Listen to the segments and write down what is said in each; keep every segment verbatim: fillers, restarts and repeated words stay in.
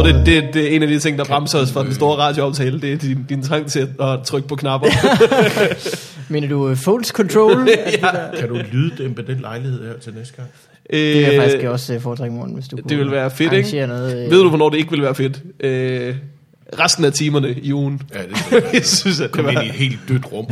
det, det, det er en af de ting, der bremser os fra den store radioaftale. Det er din, din trang til at trykke på knapper. Mener du uh, Folds Control? Ja. Kan du lyddæmpe den lejlighed her til næste gang? Det vil jeg faktisk også uh, foretrække morgen, hvis du det vil være fedt, ikke? Noget, uh... Ved du, hvornår det ikke vil være fedt? Øh, resten af timerne i ugen. Ja, det jeg synes, at kom det var... ind i et helt dødt rum.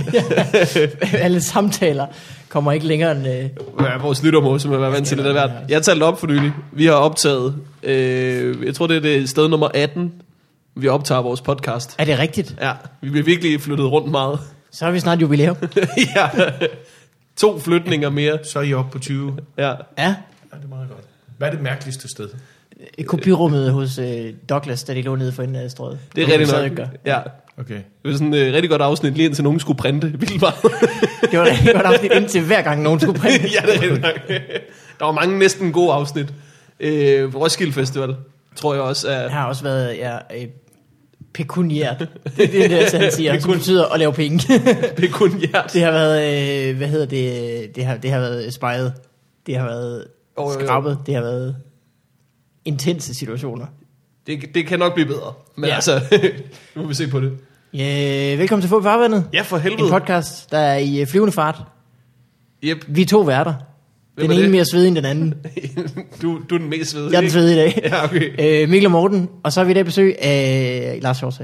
Alle samtaler kommer ikke længere end... Uh... Ja, vores lyttermål, som er været vant til det der hvert. Jeg talte op for nylig. Vi har optaget, øh, jeg tror det er det sted nummer atten, vi optager vores podcast. Er det rigtigt? Ja, vi bliver virkelig flyttet rundt meget. Så er vi snart jubilæum. Ja, to flytninger mere. Så er I oppe på tyve. Ja. Ja. Ja, det er meget godt. Hvad er det mærkeligste sted? Kopirummet hos øh, Douglas, da de lå nede for enden af strøget. Det er rigtig nok. Ja. Okay. Det var sådan et uh, rigtig godt afsnit, lige indtil nogen skulle printe vildt meget. Det var et rigtig godt afsnit, indtil hver gang nogen skulle printe. Ja, det er rigtig nok. Der var mange næsten gode afsnit. Øh, Roskilde Festival, tror jeg også er... Jeg har også været ja, øh, pekuniært. Det er det, der han siger, som betyder at lave penge. Pekuniært. Det har været, øh, hvad hedder det, det har, det har været spejet. Det har været oh, skrabet. Det har været intense situationer. Det, det kan nok blive bedre. Men ja. altså, nu må vi se på det. Ja, velkommen til Få i Farvandet. Ja, for helvede. En podcast, der er i flyvende fart. Yep. Vi er to værter. Den ene det? mere svedig end den anden. du, du er den mest svedige. Jeg er den svedige i dag. Ja, okay. øh, Mikkel og Morten. Og så har vi i dag besøg af Lars Hjortshøj.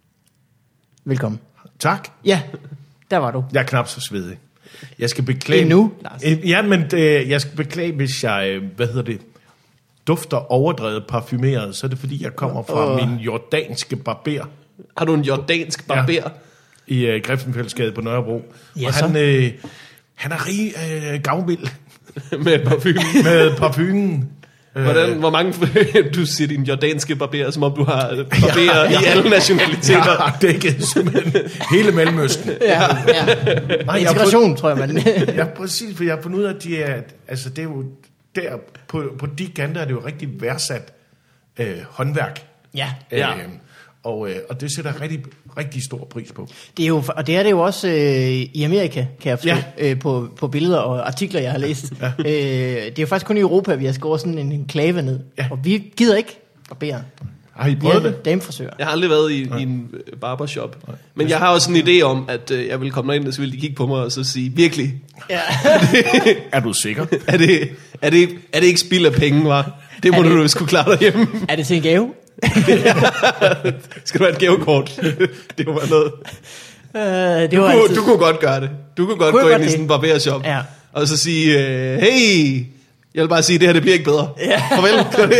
Velkommen. Tak. Ja, der var du. Jeg er knap så svedig. Jeg skal beklage... Endnu, Lars. Ja, men øh, jeg skal beklage, hvis jeg... Hvad hedder det? Dufter overdrevet parfumeret, så er det fordi, jeg kommer fra uh. min jordanske barber. Har du en jordansk barber? Ja. I øh, Griffenfeldsgade på Nørrebro. Ja, og han, øh, han er rig øh, gavmild. Med parfumen. Med parfumen. Hvordan, hvor mange, du siger din jordanske barber, som om du har barberer ja, ja. i alle nationaliteter. Jeg har dækket simpelthen hele Mellemøsten. Ja, ja. Nej, integration, jeg tror jeg, man. Ja, præcis, for jeg har fundet ud af, at de er, altså det er jo der, på, på de kanter er det jo rigtig værdsat øh, håndværk. Ja. Øh, ja. Og, øh, og det sætter jeg rigtig, rigtig stor pris på. Det er jo, og det er det jo også øh, i Amerika, kan jeg forstå, ja. øh, på, på billeder og artikler, jeg har læst. Ja. Øh, det er jo faktisk kun i Europa, vi har skåret sådan en enklave ned. Ja. Og vi gider ikke barbere. Har I prøvet det? Damefrisører. Jeg har aldrig været i, i en barbershop. Nej. Men jeg har også en idé om, at øh, jeg vil komme derind, og så vil de kigge på mig og så sige, virkelig? Ja. Er du sikker? er, det, er, det, er det ikke spild af penge, hva'? Det må er du jo skulle klare derhjemme. Er det til en gave? Skal du have et gavekort? Det må være noget. Uh, det du, var kunne, altid... du kunne godt gøre det. Du kunne godt kunne gå ind det? i sådan en barbershop. Ja. Og så sige, øh, hey, jeg vil bare sige, det her det bliver ikke bedre. Ja. Farvel.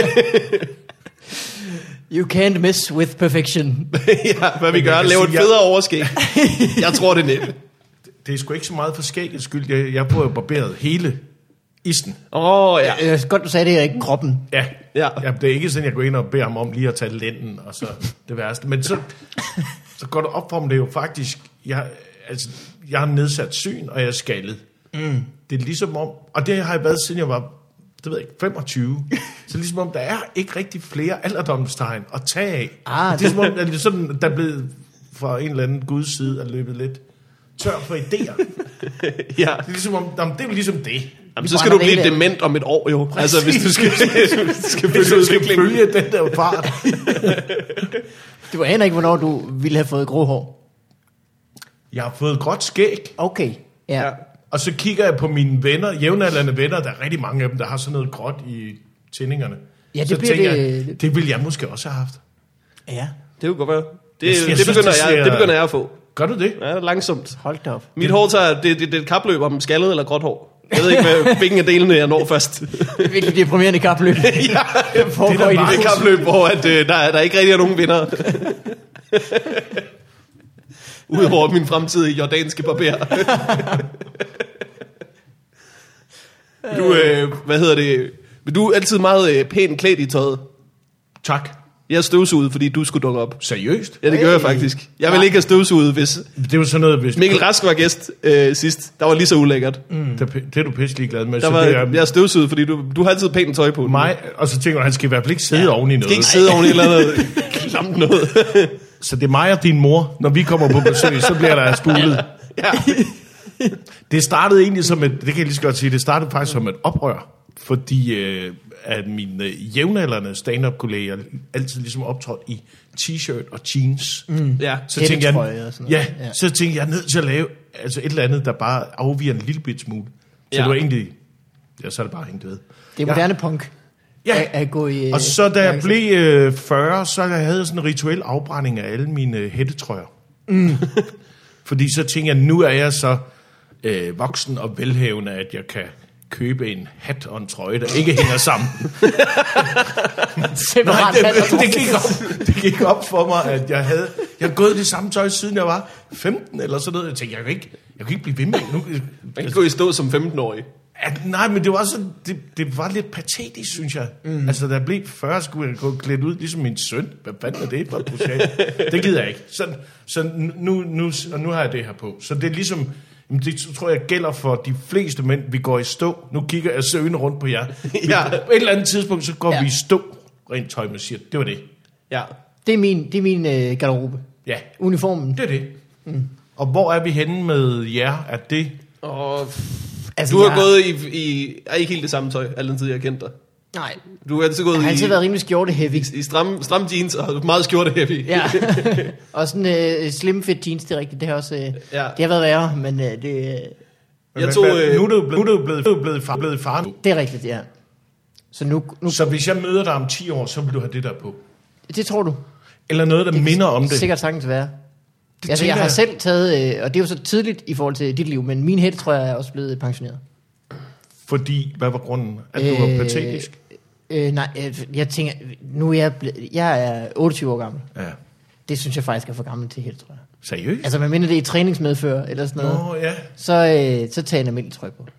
You can't mess with perfection. Ja, hvad vi gør, lave et federe overskæg. Jeg tror det er næppe. Det er sgu ikke så meget for skæggets skyld. Jeg, jeg prøver barberet hele isten. Åh, oh, ja. Det er godt, du sagde det, er ikke kroppen. Ja. Ja. Ja, det er ikke sådan, jeg går ind og beder ham om lige at tage lænden, og så det værste. Men så, så går det op for mig, det er jo faktisk, jeg, altså, jeg har nedsat syn, og jeg er skaldet. Mm. Det er ligesom om, og det har jeg været, siden jeg var, det ved jeg ikke, femogtyve. Så ligesom om, der er ikke rigtig flere alderdomstegn at tage af. Ah, det er ligesom om, det er sådan, der er blevet fra en eller anden guds side at løbet lidt tør for idéer. Ja. Det er ligesom om, jamen, det er jo ligesom det. Jamen, så skal du blive dement om et år jo. Præcis. Altså hvis du skal, skal følge hvis du skal udviklingen. følge den der fart. Du var heller ikke, hvornår du ville have fået grå hår. Jeg har fået gråt skæg. Okay, ja. Ja. Og så kigger jeg på mine venner, jævnaldrende venner, der er rigtig mange af dem, der har sådan noget gråt i tændingerne. Ja, det så bliver tænker det... jeg, det ville jeg måske også have haft. Ja. Det kunne godt være. Det, Jeg- det, jeg det, synes, begynder det jeg, ser- det begynder jeg at få. Gør du det? Ja, langsomt. Hold da op. Mit hår tager, det, det, det er et kapløb om skaldet eller gråt hår. Jeg ved ikke, hvad, hvilken af delene jeg når først. Det er virkelig deprimerende kapløb. Ja, det foregår i det er et kapløb, hvor at, øh, der, der ikke rigtig er nogen vinder. Udover min fremtidige jordanske barber. Du, øh, hvad hedder det? Men du er altid meget øh, pænt klædt i tøjet. Tak. Jeg er støvsuget, fordi du skulle dukke op. Seriøst? Ja, det gør jeg faktisk. Jeg vil ikke have støvsuget, hvis Det er jo sådan noget, hvis... Mikkel Rask var gæst øh, sidst. Der var lige så ulækkert. Mm. Det, det er du pisselig glad med. Der så var, det er, jeg er støvsuget, fordi du, du har altid pænt tøj på. mig, og så tænker du, han skal i hvert fald ikke sidde ja, oven i Du noget. skal ikke sidde oven i et eller andet klamt noget. Så det er mig og din mor, når vi kommer på besøg, så bliver der spulet. Ja. Det startede egentlig som et, det kan jeg lige så godt sige, det startede faktisk som et oprør. fordi øh, at mine jævnaldrende stand-up-kolleger altid ligesom optrådt i t-shirt og jeans. Mm. Ja. Så tænkte jeg, og sådan ja, noget. Ja. så tænkte jeg, jeg er nødt til at lave altså et eller andet, der bare afviger en lille bit smule. Så Ja. det var egentlig, ja, så er det bare hængt ved. Det er moderne ja. punk. Ja, At, at gå i, og så da jeg blev øh, fyrre, så havde jeg sådan en rituel afbrænding af alle mine øh, hættetrøjer. Mm. Fordi så tænkte jeg, nu er jeg så øh, voksen og velhavende, at jeg kan købe en hat og en trøje, der ikke hænger sammen. Nej, det, det, gik op, det gik op for mig, at jeg havde, jeg havde gået det samme tøj, siden jeg var femten eller sådan noget. Jeg tænkte, jeg kan ikke, jeg kan ikke blive ved med nu. Man kan gå i stå som femten-årig. At, nej, men det var så det, det var lidt patetisk, synes jeg. Mm. Altså, da jeg blev fyrre, skulle jeg gå klædt ud ligesom min søn. Hvad fanden er det for et projekt? Det gider jeg ikke. Så, så nu, nu, og nu har jeg det her på. Så det er ligesom, det tror jeg gælder for de fleste mænd, vi går i stå. Nu kigger jeg søgende rundt på jer. Ja. På et eller andet tidspunkt, så går Ja. vi i stå rent tøjmæssigt. Det var det. Ja. Det er min, det er min øh, garderobe. Ja, Uniformen. det er det. Mm. Og hvor er vi henne med jer? Er det... Og Altså, du har jeg, gået i, i er ikke helt det samme tøj, al den tid jeg har kendt dig. Nej, Du har altid gået jeg har altid i, været rimelig skjorte-heavy. i, i stram, stram jeans og meget skjorte-heavy. Ja, og sådan øh, slim fit jeans, det er rigtigt. Det har også, øh, Ja. det har været værre, men øh, det, øh, Jeg tog, øh, nu er du blevet, nu er du blevet, blevet, far, blevet far. det er rigtigt, ja. Så nu, nu Så hvis jeg møder dig om ti år, så vil du have det der på. det tror du. Eller noget, der Det minder om det. Sikkert sagtens være. Det Altså, tænker jeg har jeg. selv taget, øh, og det er jo så tidligt i forhold til dit liv, men min hætte, tror jeg, er også blevet pensioneret. Fordi, hvad var grunden? At du var patetisk? Øh, nej, øh, jeg tænker, nu er jeg blevet, jeg er otteogtyve år gammel. Ja. Det synes jeg faktisk er for gammel til hætte, tror jeg. Seriøst? Altså, man mindre det er i træningsmedfører eller sådan noget, Nå, ja. så, øh, så tager jeg en almindelig trøje på.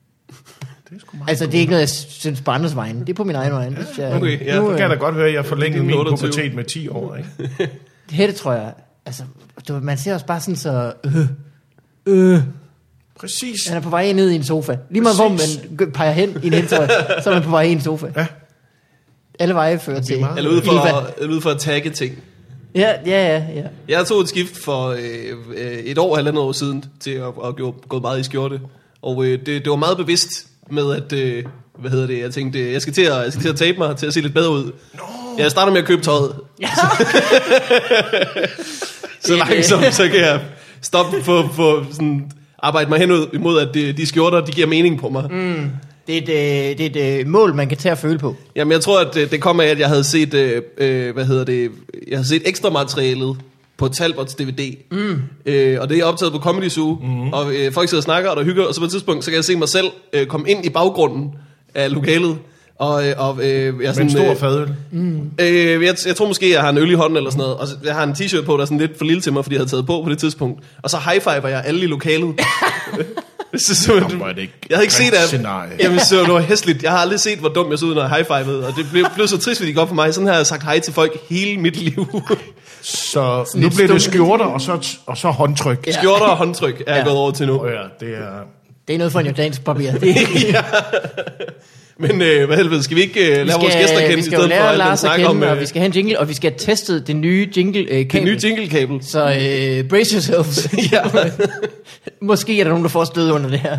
Det er sgu meget Altså, det er ikke noget, jeg synes på andres vegne. Det er på min egen vegne. Ja, jeg, okay, ja. nu, Det øh, kan jeg da godt høre, at jeg forlængede Det er min otteogtyve. pubertet med ti år, ikke? hætte, tror jeg, altså, du, man ser også bare sådan så, øh, øh, Præcis. han er på vej ned i en sofa. Lige meget hvor Præcis. man g- peger hen i en hættetrøje, så er man på vej i en sofa. Ja. Alle veje fører Det er til meget- Eller ude Ilva. for, eller ude for at tagge ting. Ja, ja, ja, ja. Jeg tog et skift for øh, øh, et år, halvandet år siden, til at, at gå, gå meget i skjorte. Og øh, det, det var meget bevidst med, at, øh, hvad hedder det, jeg tænkte, jeg skal til at, jeg skal til at tabe mig, til at se lidt bedre ud. Nå. Jeg starter med at købe tøjet. Ja. Så langsomt, så kan jeg stoppe på, på sådan, arbejde mig hen ud imod, at de, de skjorter, de giver mening på mig. Mm. Det er, et, øh, det er et øh, mål, man kan tage at føle på. Jamen, jeg tror, at det, det kom af, at jeg havde set, øh, øh, hvad hedder det, jeg havde set ekstra materialet på Talbots D V D. Mm. Øh, og det er optaget på Comedy Zoo, mm. og øh, folk sidder og snakker, og der hygger, og så på et tidspunkt, så kan jeg se mig selv øh, komme ind i baggrunden af lokalet. Og, øh, og, øh, jeg er Med sådan, en stor øh, fadøl. Øh, jeg, jeg tror måske, jeg har en øl i hånden eller sådan noget. Og så, jeg har en t-shirt på, der er sådan lidt for lille til mig, fordi jeg havde taget på på det tidspunkt. Og så high-fiver jeg alle i lokalet. så, så, Nå, hvor er det ikke jeg havde ikke set et det. scenarie. Jamen, så det var hæsligt. Jeg har aldrig set, hvor dum jeg så ud, når jeg high-fivede. Og det blev, blev så trist, fordi det gik op for mig. Sådan har jeg sagt hej til folk hele mit liv. Så nu lidt bliver det stumt. skjorter, og så, og så håndtryk. Ja. Skjorter og håndtryk er jeg Ja. gået over til nu. Åh ja, det er... Det er noget for en jordansk barber. Det er, ja. Men øh, hvad helvede, skal vi ikke øh, lade vores gæster kende, vi i skal jo stedet for lære at Lars at snakke kende, om og øh, vi skal have en jingle, og vi skal have testet det nye jingle-kabel. det nye jingle-kabel? Så øh, brace yourselves. Ja. Måske er der nogen, der får stød under det her.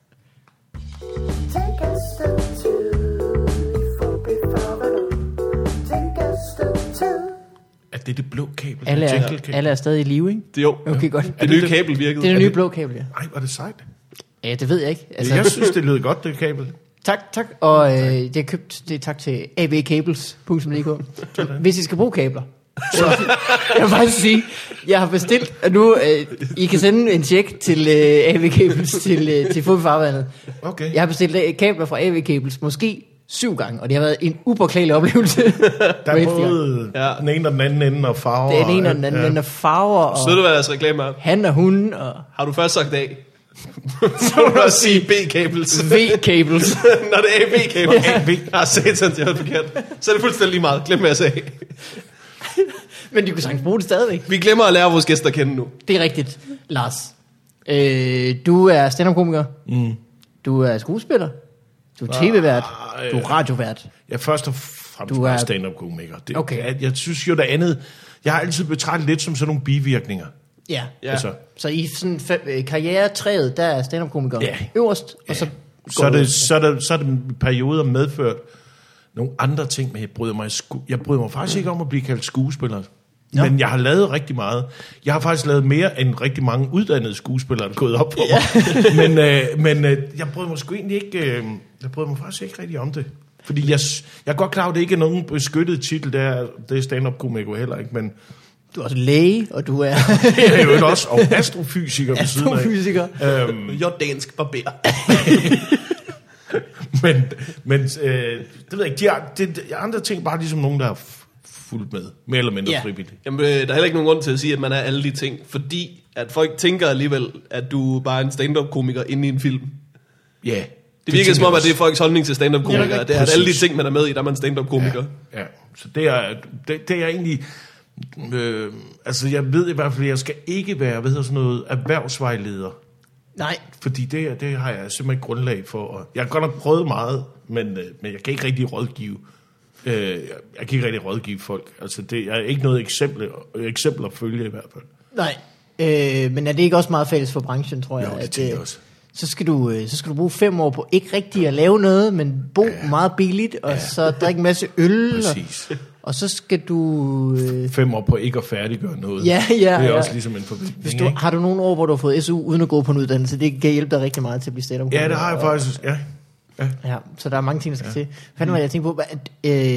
Take a step two before before Take a step two. Er det det blå kabel? Alle Det er, jingle-kabel? alle er stadig i live, ikke? Det, jo, Okay, godt. det nye kabel virkede. Det er det nye blå kabel, ja. Ej, var det sejt. Ja, det ved jeg ikke. Altså, jeg synes, det lød godt, det kabel. Tak, tak. Og øh, det er købt, det er tak til a b cables punktum d k. Hvis I skal bruge kabler. Så, jeg vil faktisk sige, jeg har bestilt, og nu, øh, I kan sende en check til øh, A V Cables, til, øh, til Fodboldfarvandet. Okay. Jeg har bestilt øh, kabler fra A V Cables, måske syv gange, og det har været en upåklagelig oplevelse. Der er både Ja. den ene og den anden ende og farver. Det er den ene og den anden, den er farver, og Så ved du, hvad deres reklame er? han og hun, og Har du først sagt A, så må du også sige B-cables. V-cables. Når det er A-B-cables. A, B. Ah, satans, jeg hørte forkert. Så er det fuldstændig lige meget. Glem, hvad jeg sagde. Men de kunne sagtens bruge det stadigvæk. Vi glemmer at lære vores gæster at kende nu. Det er rigtigt, Lars. Øh, du er stand-up-komiker. Mm. Du er skuespiller. Du er tv-vært. Du er radiovært. Jeg er først og fremmest Du du er- er stand-up-komiker. Det, Okay. jeg, jeg synes jo, det andet... Jeg har altid betragtet lidt som sådan nogle bivirkninger. Ja. Ja. Altså, Så i sådan fem, øh, karrieretræet, der er stand-up-komiker Ja. øverst, og så så er det, så er det, så er det perioder medført nogle andre ting, men jeg bryder mig, sku, jeg bryder mig faktisk ikke om at blive kaldt skuespiller. Ja. Men jeg har lavet rigtig meget. Jeg har faktisk lavet mere end rigtig mange uddannede skuespillere, der er gået op på mig. Ja. men øh, men øh, jeg bryder mig sgu egentlig ikke, øh, jeg bryder mig faktisk ikke rigtig om det. Fordi jeg, jeg er godt klar, at det ikke er nogen beskyttet titel, det er, det er stand-up-komiker heller ikke, men... Du er også læge, og du er... det er jo også, og astrofysiker ved siden af. Astrofysiker. Øhm, jordansk barber. men men øh, det ved jeg ikke, de, er, de, de andre ting bare ligesom nogen, der har fulgt med, mere eller mindre ja. frivilligt. Jamen, øh, der er heller ikke nogen grund til at sige, at man er alle de ting, fordi at folk tænker alligevel, at du bare er en stand-up-komiker inde i en film. Ja. Yeah. Det virker som om, at det er folks holdning til stand-up-komikere. Ja, det er, at alle de ting, man er med i, der er man stand-up-komiker. Ja, ja. Så det er, det, det er egentlig... Øh, altså, jeg ved i hvert fald, at jeg skal ikke være, hvad hedder sådan noget, erhvervsvejleder. Nej. Fordi det, det har jeg simpelthen ikke grundlag for. Jeg har godt nok prøvet meget, men, men jeg kan ikke rigtig rådgive. Øh, jeg kan ikke rigtig rådgive folk. Altså, det er ikke noget eksempel, eksempel at følge i hvert fald. Nej. Øh, men er det ikke også meget fælles for branchen, tror jeg? Jo, det at, tænker jeg også. Så skal, du, så skal du bruge fem år på ikke rigtig at lave noget, men bo ja. meget billigt, og ja. så drikke en masse øl. Præcis. Og, og så skal du... Øh... Fem år på ikke at færdiggøre noget. Ja, ja, det er ja. også ligesom en forventning. Hvis du, har du nogle år, hvor du har fået S U uden at gå på en uddannelse? Det kan hjælpe dig rigtig meget til at blive stand-up. Ja, det har jeg faktisk. Ja. Ja. ja, så der er mange ting, der skal ja. til. Hvad mm. var det, jeg tænkte på? At,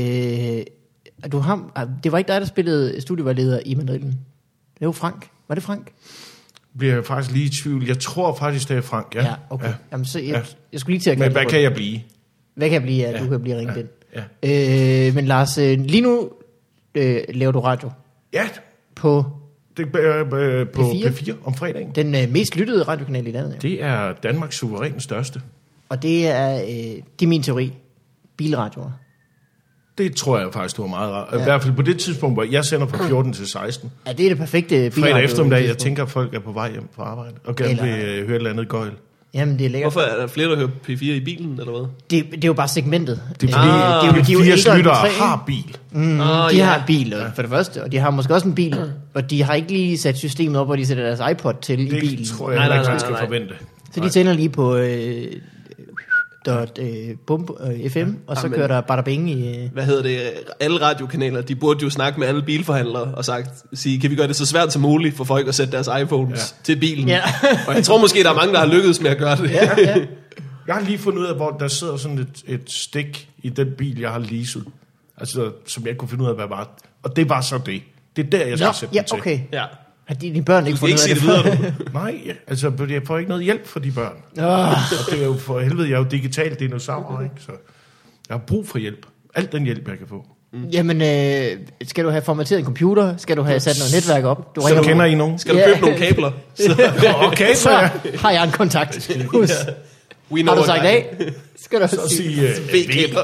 øh, du har, det var ikke dig, der spillede studievejleder i Mandrillen. Det var Frank. Var det Frank? Bliver jeg faktisk lige i tvivl. Jeg tror faktisk, det er Frank, ja. Ja, okay. Ja. Jamen, så jeg, ja. jeg skulle lige til at... Men hvad kan jeg blive? Hvad kan jeg blive? Ja, ja. du kan blive ringet ja. ind. Ja. Øh, men Lars, lige nu øh, laver du radio. Ja. På... Det er øh, på P fire? P fire om fredagen. Den øh, mest lyttede radiokanal i landet. Ja. Det er Danmarks suverænt største. Og det er, øh, det er min teori. Bilradioer. Det tror jeg faktisk, du var meget rart. Ja. I hvert fald på det tidspunkt, hvor jeg sender fra fjorten til seksten. Ja, det er det perfekte bilradio. Fredag eftermiddag, jeg tænker, at folk er på vej hjem fra arbejde. Og gerne Eller... vil øh, høre et eller andet gøjl. Jamen, det er lækkert. Hvorfor er der flere, der hører P fire i bilen, eller hvad? Det, det er jo bare segmentet. Det er fordi, Ah. det er jo, de jo fire ældre end lyttere tre, har bil. Mm, Ah, de ja. har bil, og for det første, og de har måske også en bil, og de har ikke lige sat systemet op, hvor de sætter deres iPod til i bilen. Det tror jeg Nej, heller nej, ikke, man nej, skal nej. forvente. Så de tænder lige på øh, dot, øh, bump, øh, F M, og så Amen. kører der bada bing i... Øh. Hvad hedder det? Alle radiokanaler, de burde jo snakke med alle bilforhandlere og sagt, sige, kan vi gøre det så svært som muligt for folk at sætte deres iPhones ja. til bilen? Ja. Og jeg tror måske, der er mange, der har lykkedes med at gøre det. Ja, ja. Jeg har lige fundet ud af, hvor der sidder sådan et, et stik i den bil, jeg har leaset. Altså, som jeg ikke kunne finde ud af, hvad var. Og det var så det. Det er der, jeg skal Nå, sætte ja, den til. okay. Ja. Har de, de børn ikke Du skal ikke fundet sige ud af det det? videre, du. Nej, ja, altså, jeg får ikke noget hjælp fra de børn. Oh. Og det er jo for helvede, jeg er jo digital dinosaur, ikke? Så jeg har brug for hjælp. Alt den hjælp, jeg kan få. Mm. Jamen, øh, skal du have formateret en computer? Skal du have sat noget netværk op? Du Så ringer kender på- I nogen? Skal du Ja. købe nogle kabler? Så, Okay, så Så ja. har jeg en kontakt. Hus. we know Har du a sagt guy. af? Skal du Så sige... sige, uh, V-kabler.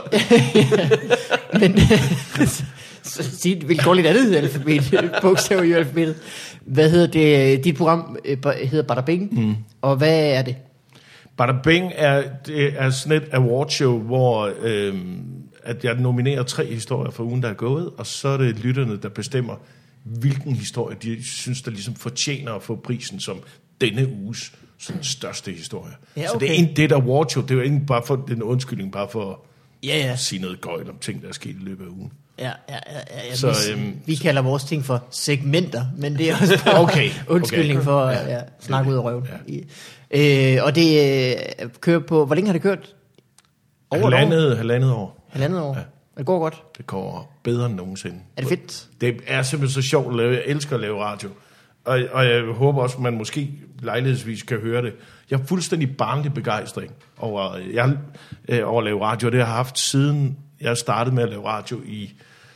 Men så sig et vilkårligt andet alfabet, bogstav i alfabetet. Hvad hedder det? Dit program øh, hedder Bada Bing, mm. og hvad er det? Bada Bing er, det er sådan et awardshow, hvor øhm, at jeg nominerer tre historier for ugen, der er gået, og så er det lytterne, der bestemmer, hvilken historie de synes, der ligesom fortjener at få prisen som denne uges sådan største historie. Ja, Så okay. det er, en, det er et awardshow, det er jo ikke bare for den undskyldning, bare for Ja, ja. at sige noget gøjl om ting, der er sket i løbet af ugen. Ja, ja, ja, ja, ja. Så, Så, øhm, vi kalder vores ting for segmenter, men det er også bare Okay, undskyldning okay. for at Ja. ja, snakke ud af røven. Ja. Øh, og det øh, kører på, hvor længe har det kørt? Over et år? Halvandet, halvandet år. Halvandet år? Ja. Det går godt. Det går bedre end nogensinde. Er det fedt? Det er simpelthen så sjovt at lave. Jeg elsker at lave radio. Og, og jeg håber også, at man måske lejlighedsvis kan høre det. Jeg har fuldstændig barnlig begejstring over, jeg, øh, over at lave radio. Det har jeg haft siden jeg startede med at lave radio i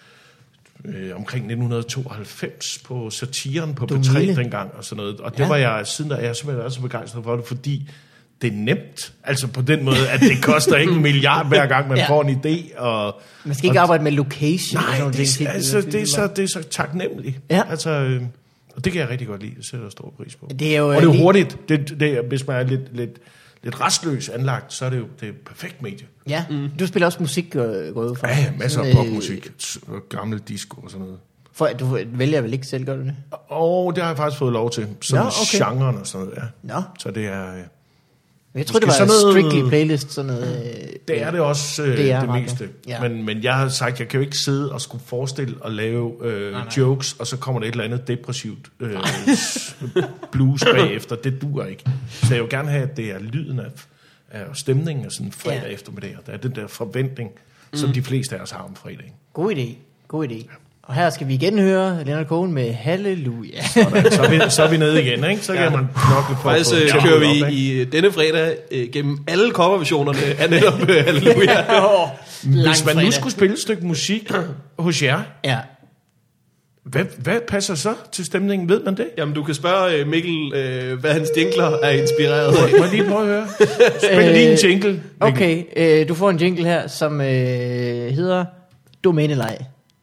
øh, omkring nitten tooghalvfems på satiren på Du P tre milde. dengang og sådan noget. Og det Ja. var jeg, siden der er jeg simpelthen også begejstret for det, fordi det er nemt. Altså på den måde, at det koster ikke en milliard hver gang, man Ja. ja. får en idé. Og, Man skal ikke og, arbejde med location. og Nej, sådan nogle det, ting. er, altså, det, er så, det er så taknemmeligt. Ja. Altså, øh, og det kan jeg rigtig godt lide. Det sætter jeg stor pris på. Det er jo, og det er lige- jo hurtigt. Det, det, er- hvis man er lidt, lidt, lidt restløs anlagt, så er det jo det er et perfekt medie. Ja, mm. du spiller også musik, går går jeg ud fra. Ja, ja, masser af Sådan, øh, popmusik. Og gammel disco og sådan noget. For, du vælger vel ikke selv, gør du det? Og det har jeg faktisk fået lov til. Sådan Nå, okay. genren og sådan noget, ja. Nå. Så det er... øh, Jeg tror, det Måske var sådan noget- Strictly Playlist, sådan noget... øh, Det er det også øh, Det det, er det ret, meste. ja. Men, men jeg har sagt, jeg kan jo ikke sidde og skulle forestille at lave øh, nej. jokes, og så kommer der et eller andet depressivt øh, s- blues bagefter. Det duer ikke. Så jeg vil gerne have, at det er lyden af, af stemningen af sådan en fredag Ja. eftermiddag. Og der er den der forventning, mm. som de fleste af os har om fredagen. God idé, god idé. Og her skal vi igen høre Leonard Cohen med Halleluja. Sådan, så, er vi, så er vi nede igen, ikke? Så kan Ja. man knokle for Faktisk at øh, få kører tempoet vi op, ikke? i denne fredag øh, gennem alle coverversionerne af netop øh, Halleluja. Hvis man nu skulle spille et stykke musik hos jer, Ja. hvad, hvad passer så til stemningen? Ved man det? Jamen, du kan spørge øh, Mikkel, øh, hvad hans jingler er inspireret af. Må jeg lige prøve at høre? Spil lige en jingle. Mikkel. Okay, øh, du får en jingle her, som øh, hedder Domænelej.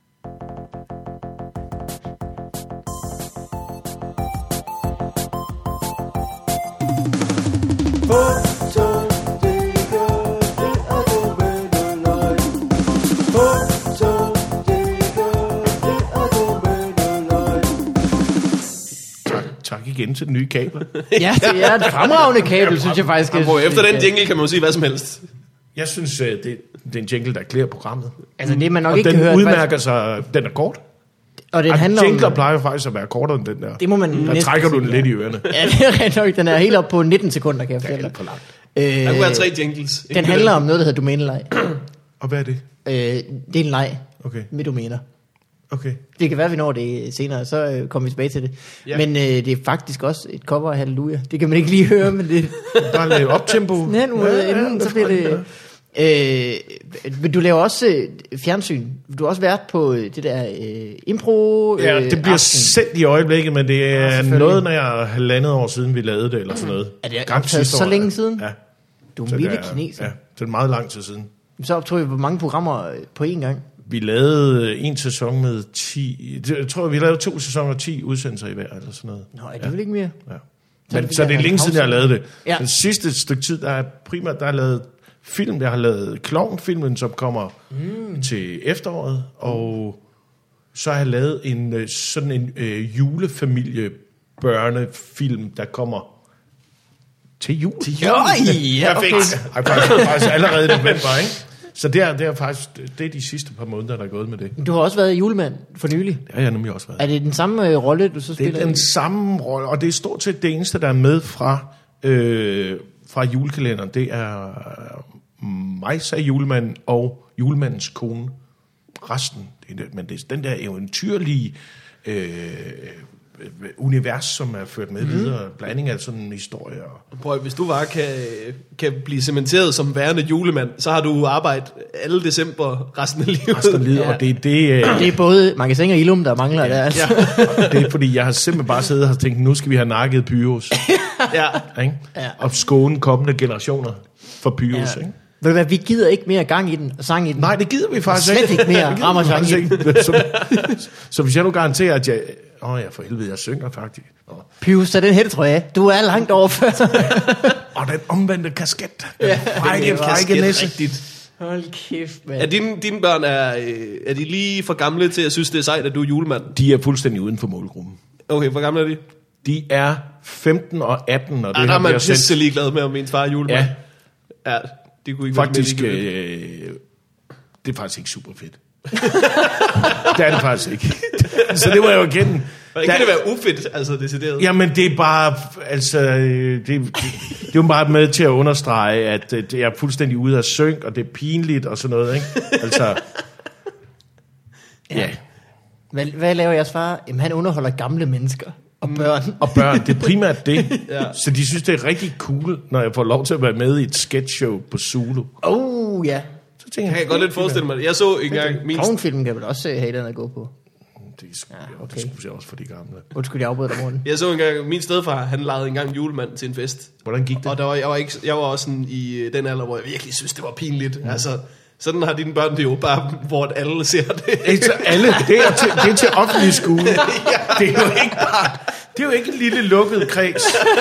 Tak, tak igen til den nye kabel. Ja, det er et fremragende kabel, synes jeg faktisk. Hvor efter den jingle kan man jo sige hvad som helst. Jeg synes, øh, det, det er en jingle, der klæder programmet. Altså det man nok Og ikke den kan høre. udmærker sig, den er kort. Og det Og handler jingler om... plejer faktisk at være kortere end den der. Det må man Der næsten trækker du den sige, lidt ja. i ørerne. Ja, det er rent nok. Den er helt op på nitten sekunder, kan jeg Det er fortælle alt for langt. dig. Der kunne være Øh, tre jingles. den handler om noget, der hedder domænelej. Og hvad er det? Øh, det er en leg Okay, med domæner. okay. Det kan være, vi når det senere, så øh, kommer vi tilbage til det. Ja. Men øh, det er faktisk også et cover af Halleluja. Det kan man ikke lige høre, men det Bare lave optempo. ja, nu, ja, inden, så bliver det... Øh, men du laver også øh, fjernsyn. Du har også været på øh, det der øh, impro. Øh, Ja, det bliver aften. sendt i øjeblikket, men det Ja, er selvfølgelig. noget, når jeg er halvandet år siden, vi lavede det, eller sådan noget. Er det Gang optaget sidste så år, længe ja. siden? Ja. Du er Så en det vilde er- kineser. Ja, det er meget lang tid siden. Så optog vi hvor mange programmer øh, på én gang. Vi lavede en sæson med ti... Jeg tror, vi lavede to sæsoner og ti udsendelser i hver, eller sådan noget. Nå, er det vel ikke mere? Ja. Så er Men, det så det er der længe siden, jeg har lavet det. Ja. Den sidste stykke tid, der er primært, der har lavet film. Jeg har lavet Klovn-filmen, som kommer mm. til efteråret, og så har jeg lavet en øh, sådan en øh, julefamilie børnefilm, der kommer til jul. Til jul? Ja, okay. Perfekt. Ej, faktisk, faktisk allerede i november, ikke? Så det er, det er faktisk det er de sidste par måneder, der er gået med det. Du har også været julemand for nylig. Det har jeg nemlig også været. Er det den samme øh, rolle, du så Det spiller? er den samme rolle, og det er stort set det eneste, der er med fra, øh, fra julekalenderen. Det er mig, sagde julemanden, og julemandens kone. Resten, det er, men det er den der eventyrlige øh, univers, som er ført med mm. videre. Blanding af sådan en historie. Og Prøv, hvis du bare kan, kan blive cementeret som værende julemand, så har du arbejdet alle december resten af livet. resten af livet, Ja. og det er det... Øh, Det er både Magasin og Ilum, der mangler ja. der. Altså. Ja, det er fordi, jeg har simpelthen bare siddet og tænkt, nu skal vi have nakket Pyrus. ja. Ikke? Ja. Og skåne kommende generationer for Pyrus. Ja. Ikke? Ved du hvad, vi gider ikke mere gang i den, og sang i den. Nej, det gider vi faktisk Slet ikke. ikke mere Det gider vi Ramazan. faktisk ikke. Så, så hvis jeg nu garanterer, at jeg... Åh oh ja, for helvede, jeg synger faktisk. Oh. Pius, tag den hættetrøje af. Du er langt over før. Og den omvendte kasket. Den Ja, frække, det er frække kasket næse. rigtigt. Hold kæft, mand. Er dine, dine børn, er, øh, er de lige for gamle til at synes, det er sejt, at du er julemand? De er fuldstændig uden for målgruppen. Okay, hvor gamle er de? De er femten og atten, og det Ah, der er har man vi sendt. pisse ligeglad med, om ens far er julemand. Ja. Ja, det kunne ikke Faktisk, være mere ligegyldigt. øh, det er faktisk ikke super fedt. Det er det faktisk ikke. Så det var jo igen... Hvordan kan det være ufedt, altså decideret? Jamen, det er bare... Altså, det, det, det er jo bare med til at understrege, at øh, det er fuldstændig ude af synk, og det er pinligt og sådan noget, ikke? Altså... Ja. Hvad, hvad laver jeres far? Jamen, han underholder gamle mennesker og børn. Og børn, det er primært det. Ja. Så de synes, det er rigtig cool, når jeg får lov til at være med i et sketchshow på Zulu. Oh, ja. Så tænker Jeg kan godt lidt forestille mig det. Jeg så engang min... Klovnfilm kan vel også øh, have den at gå på. Det er sgu- Ja, ja, okay. det skulle jeg også for de gamle. Undskyld, jeg afbryder dig, Morten. Jeg så engang, min stedfar, han legede engang julemand til en fest. Hvordan gik det? Og der var, jeg, var ikke, jeg var også sådan i øh, den alder, hvor jeg virkelig synes, det var pinligt. Mm. Altså, sådan har dine børn det jo bare, hvor alle ser det. Det er til alle. Det er til, det er til offentlig skole. Det er jo ikke bare... Det er jo ikke en lille lukket kreds.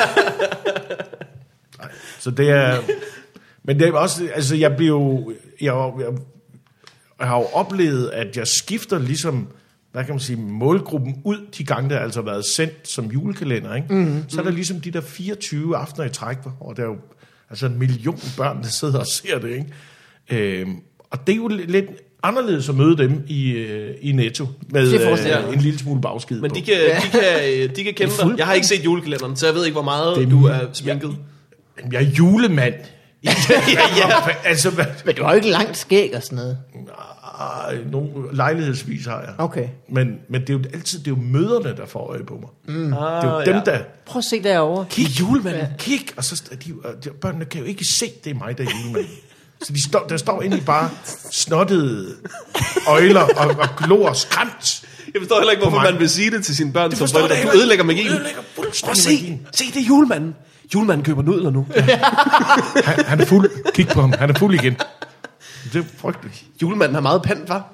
Nej, så det er... Men det er også... Altså, jeg bliver jo... Jeg, jeg, jeg har jo oplevet, at jeg skifter ligesom... Hvad kan man sige? Målgruppen ud de gange, der har altså været sendt som julekalender, ikke? Mm-hmm. Så er der ligesom de der fireogtyve aftener i træk, hvor der jo Altså en million børn, der sidder og ser det, ikke? Øh, og det er jo lidt anderledes at møde dem i, øh, i Netto med øh, en lille smule bagskid Men på. de kan, de kan, de kan kende dig. Jeg har ikke set julekalenderen, så jeg ved ikke, hvor meget det, du er sminket. Jeg, jeg er julemand. ja, ja, ja. Altså, hvad? Men du har jo ikke langt skæg og sådan noget. Ej, nogle lejlighedsvis har jeg. Okay. Men, men det er jo altid det er jo møderne, der får øje på mig. Mm. Ah, Det er jo dem, ja. der... Prøv at se derovre. Kig, julemanden, kig! Og så de, de, børnene kan jo ikke se, det er mig, der er julemanden. Så de står, der står egentlig bare snottede øjler og, og glor skræmt. Jeg forstår heller ikke, hvorfor man vil sige det til sine børn, som forstår forældre. jeg Du heller ødelægger magien. Ødelægger Prøv fuldstændig at se, magien. se, det er julemanden. Julemanden køber nudler nu. Han, han er fuld. Kig på ham. Han er fuld igen. Det er frygteligt. Julemanden har meget pant, hva'?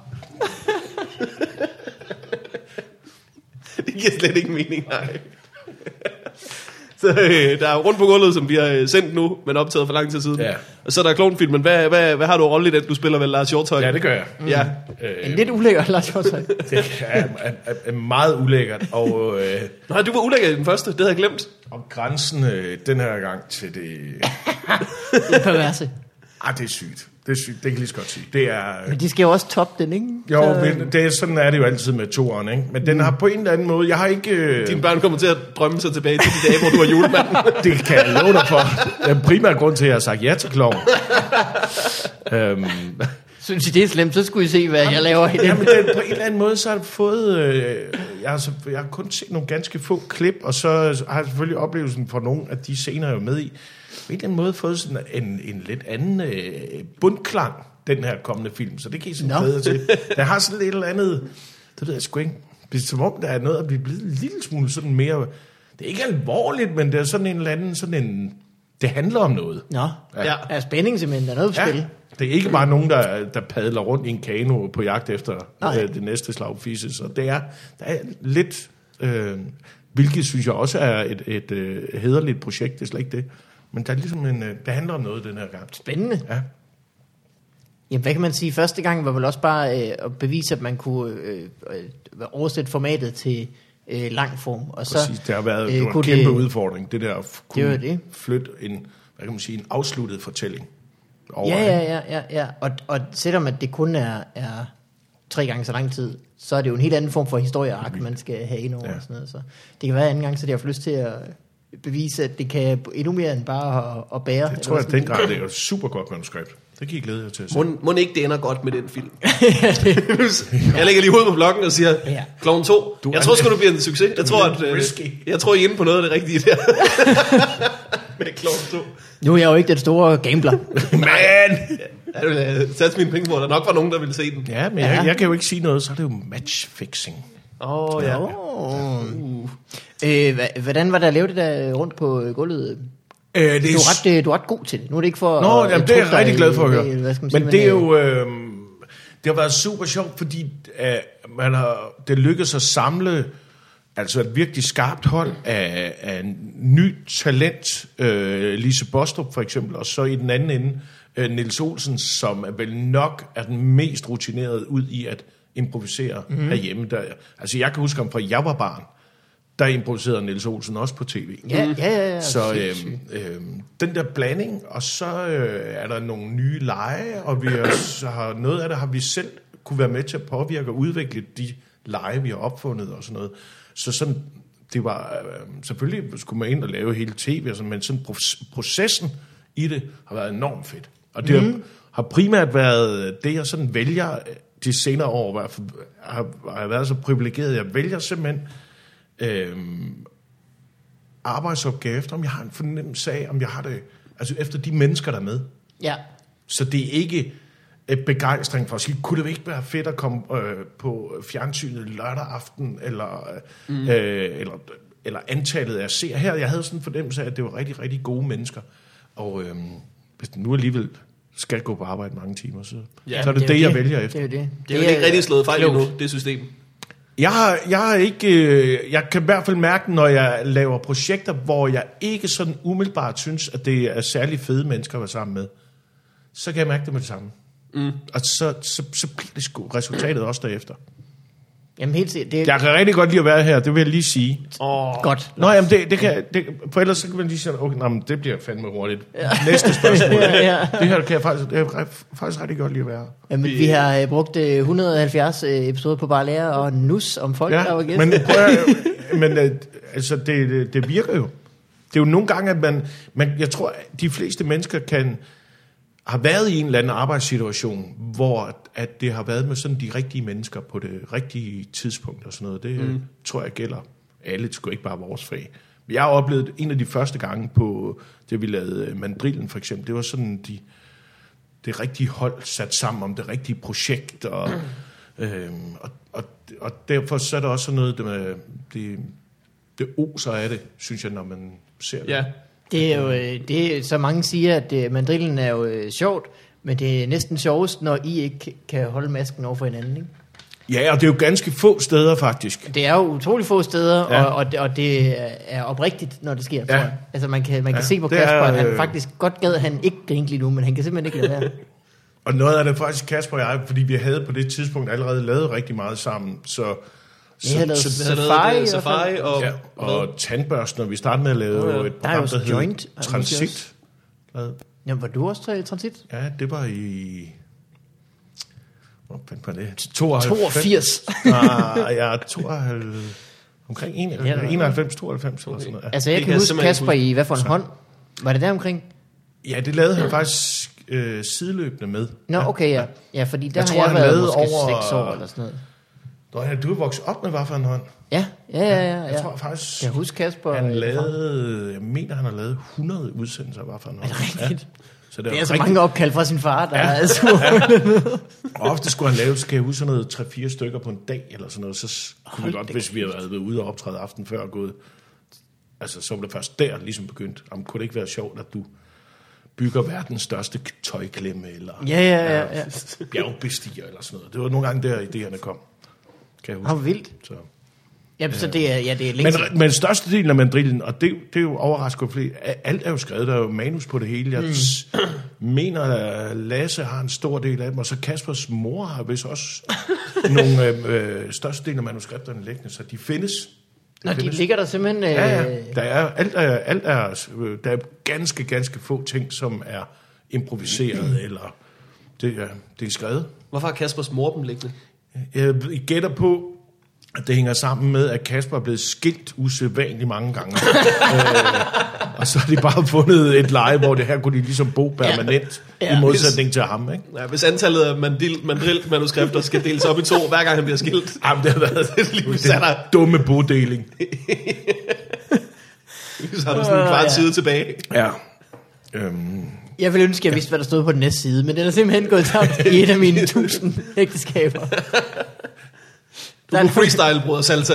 Det giver slet ikke mening, nej. Så øh, der er rundt på gulvet, som vi har øh, sendt nu, men optaget for lang tid siden. Ja. Og så er der klovnfilmen. Hvad, hvad, hvad har du rolle i den? Du spiller vel Lars Hjortøj? Ja, det gør jeg. Ja. En lidt ulækker Lars Hjortøj. Det er, er, er, er meget ulækkert. Og, øh, Nej, du var ulækker i den første. Det havde jeg glemt. og grænsen øh, den her gang til det... Det er perverse. Ah, det er sygt. Det er sygt. Det kan jeg lige så godt sige. Det er... Men de skal jo også toppe den, ikke? Jo, Så- men det er, sådan er det jo altid med toeren, ikke? Men den har på en eller anden måde... Jeg har ikke... Øh, Dine børn kommer til at drømme sig tilbage til de dage, hvor du er julemanden. det kan jeg love dig for. Den primære grund til, at jeg har sagt ja til kloven. øhm, Synes I det er slemt, så skulle I se, hvad jeg laver i den. Jamen, den, på en eller anden måde, så har jeg fået... Øh, jeg, har, så, jeg har kun set nogle ganske få klip, og så har jeg selvfølgelig oplevelsen for nogle af de scener, jeg er med i. På en eller anden måde fået sådan en, en lidt anden øh, bundklang, den her kommende film. Så det kan I sådan Nå. glæde til. Der har sådan et eller andet... Det ved jeg sgu ikke. Det er som om, der er noget at blive blevet en lille smule sådan mere... Det er ikke alvorligt, men det er sådan en eller anden... Sådan en, det handler om noget. Nå, Ja. ja. Er spænding simpelthen, der er noget på spil. Det er ikke bare nogen, der, der padler rundt i en kano på jagt efter Nej. øh, det næste slag fisse. Så det er, der er lidt, øh, hvilket synes jeg også er et, et øh, hæderligt projekt, det er slet ikke det. Men der er ligesom en, øh, det handler om noget den her gang. Spændende. Ja. Jamen, hvad kan man sige? Første gang var vel også bare øh, at bevise, at man kunne øh, øh, oversætte formatet til øh, lang form. Og så, Præcis, det har været øh, det var en kunne kæmpe det- udfordring, det der at f- Det var kunne det. flytte en, hvad kan man sige, en afsluttet fortælling over. Ja, ja, ja, ja, ja. Og, og selvom at det kun er, er tre gange så lang tid, så er det jo en helt anden form for historieark, man skal have ind over. Ja. Og sådan noget. Så det kan være anden gang, så de har haft lyst til at bevise, at det kan endnu mere end bare at, at bære. Det tror jeg, at den grad det er et super godt manuskript. Det kan I glæde jer til at se. Må, må ikke det ender godt med den film? Jeg lægger lige hovedet på blokken og siger, Ja. Klovn to. Du Jeg er tror sgu, lidt- du bliver en succes. Jeg du tror, er at, lidt øh, risky. jeg tror, I er inde på noget af det rigtige der. Med Klovn to. Nu er jeg jo ikke den store gambler. Man! Jeg vil øh, satse mine penge på, at der nok var nogen, der ville se den. Ja, men jeg, Ja. jeg kan jo ikke sige noget, så er det jo matchfixing. Åh, oh, ja. Oh. Øh, hva- hvordan var der at lave det der rundt på øh, gulvet? Øh, det Du er, ret, øh, du er ret god til det. Nu er det ikke for... Nå, at, jamen, at det er jeg trumfe dig rigtig glad for at i- høre. i- hvad skal man Men sige, det er øh, jo... Øh, det har været super sjovt, fordi øh, man har, det lykkedes at samle altså et virkelig skarpt hold af, af ny talent. Øh, Lise Bostrup for eksempel, og så i den anden ende øh, Niels Olsen, som er vel nok er den mest rutinerede ud i at improvisere mm-hmm. herhjemme. Der, altså jeg kan huske ham fra jeg var barn, der improviserede Niels Olsen også på tv. Ja, ja, ja. ja Så øh, sindssygt. øh, den der blanding, og så øh, er der nogle nye lege, og vi har, så har noget af det har vi selv kunne være med til at påvirke og udvikle de lege, vi har opfundet og sådan noget. Så sådan, det var øh, selvfølgelig skulle man ind og lave hele tv, og sådan, men sådan processen i det har været enormt fedt. Og det mm. har, har primært været det, jeg sådan vælger de senere år, i hvert fald, har, har jeg været så privilegeret, jeg vælger simpelthen Øhm, arbejdsopgave efter, om jeg har en fornemmelse af, om jeg har det, altså efter de mennesker, der er med. Ja. Så det er ikke et begejstring for at sige, kunne det ikke være fedt at komme øh, på fjernsynet lørdag aften, eller, mm. øh, eller, eller antallet af seere her. Jeg havde sådan en fornemmelse af, at det var rigtig, rigtig gode mennesker. Og øh, hvis den nu alligevel skal gå på arbejde mange timer, så, Ja, så er det det, er jo det, jeg det. vælger Det efter. er jo det. Det er jo ikke rigtig slået fejl klogt. endnu, det system. Jeg har, jeg har ikke, øh, jeg kan i hvert fald mærke, når jeg laver projekter, hvor jeg ikke sådan umiddelbart synes, at det er særlig fede mennesker at være sammen med, så kan jeg mærke det med det samme. Mm. Og så, så, så bliver det sgu resultatet også derefter. Jamen helt sikkert. Det er Jeg kan rigtig godt lide at være her, det vil jeg lige sige. Oh. godt. Nå, jamen det, det kan det, for ellers så kan man lige sige, okay, nej, men det bliver fandme hurtigt. Ja. Næste spørgsmål. Ja, ja. Det her kan jeg faktisk, det er faktisk rigtig godt lide at være. Jamen, vi har øh, brugt øh, et hundrede og halvfjerds øh, episoder på bare at lære og nus om folk, der var Ja, gæster. men, prøv at, men øh, altså, det, det, det virker jo. Det er jo nogle gange, at man, man, jeg tror, at de fleste mennesker kan har været i en eller anden arbejdssituation, hvor at det har været med sådan de rigtige mennesker på det rigtige tidspunkt og sådan noget. Det mm. tror jeg gælder alle, det skulle ikke bare vores fag. Jeg har oplevet en af de første gange på det, vi lavede Mandrillen for eksempel, det var sådan de, det rigtige hold sat sammen om det rigtige projekt, og, mm. øhm, og, og, og derfor så er der også sådan noget, det, med, det, det oser af det, synes jeg, når man ser det. Ja. Det er jo, øh, det er, så mange siger, at øh, mandrillen er jo øh, sjovt, men det er næsten sjovest, når I ikke k- kan holde masken over for hinanden, ikke? Ja, og det er jo ganske få steder faktisk. Det er jo utrolig få steder, Ja. og, og, det, og det er oprigtigt, når det sker, Ja. tror jeg. Altså man kan, man kan Ja, se på det Kasper, er, at han øh, faktisk godt gad, at han ikke grinte lige nu, men han kan simpelthen ikke lade være. Og noget af det faktisk Kasper og jeg, fordi vi havde på det tidspunkt allerede lavet rigtig meget sammen, så... Vi havde lavet Så Safari, lavede i det hvert Safari fald. og, ja, og tandbørsten, og vi startede med at lave Oh, ja. et Der er jo program, der hed Joint, er der måske Transit. Hvad? Jamen, var du også i transit? Ja, det var i... Hvor fanden var det? tooghalvfems. toogfirs. Ah, ja, tooghalvfems. Omkring Ja, det var- enoghalvfems, tooghalvfems eller sådan noget. Ja. Altså, jeg Det kan kan jeg huske simpelthen Kasper ikke i hvad for en hånd? Var det der omkring? Ja, det lavede han faktisk øh, sideløbende med. Nå, okay, ja. Ja, fordi der Jeg har tror, jeg han været lavede måske over- seks år eller sådan noget. Nå, ja, du er vokset op med hvad for en hånd? Ja, ja, ja, ja. Jeg ja. tror faktisk, Jeg husker Kasper. han øh, lavede, jeg mener, han har lavet hundrede udsendelser af hvad for en hånd. Er det rigtigt? Ja. Så Det er så rigtig- mange opkald fra sin far, der Ja. er altså... Og ofte skulle han lave, skal jeg huske, sådan noget tre-fire stykker på en dag, eller sådan noget, så kunne vi Hold godt, da hvis vi havde været ude og optræde aften før og gået, altså så var det først der ligesom begyndt. Jamen, kunne det ikke være sjovt, at du bygger verdens største tøjklemme, eller Ja, ja, ja, ja. bjergbestiger, eller sådan noget. Det var nogle gange der, idéerne kom, kan jeg huske. Hvor vildt. Så. Jamen, så det er, ja, det er længe Men, siden. men størstedelen af mandrillen, og det, det er jo overraskende, fordi alt er jo skrevet, der er jo manus på det hele. Jeg mm. mener, at Lasse har en stor del af dem, og så Kaspers mor har vist også nogle øh, størstedelen af manuskripterne liggende, så de findes. De Nå, de findes. ligger der simpelthen... Øh, Ja, ja. Der er, alt er, alt er, øh, der er ganske, ganske få ting, som er improviseret, eller det er, det er skrevet. Hvorfor har Kaspers mor dem liggende? Jeg gætter på, at det hænger sammen med, at Kasper er blevet skilt usædvanligt mange gange. øh, og så har de bare fundet et leje, hvor det her kunne de ligesom bo permanent, Ja. ja. i modsætning til ham, ikke? Ja, hvis antallet af mandril, mandrill-manuskripter skal deles op i to, hver gang han bliver skilt. Jamen, det har været lige det er dumme bodeling. Så har du sådan en kvart ja. side tilbage. Ja. Øhm, Jeg ville ønske, at jeg vidste, hvad der stod på den næste side, men den er simpelthen gået tabt i et af mine tusind ægteskaber. Du er freestyle, bruder Salsa.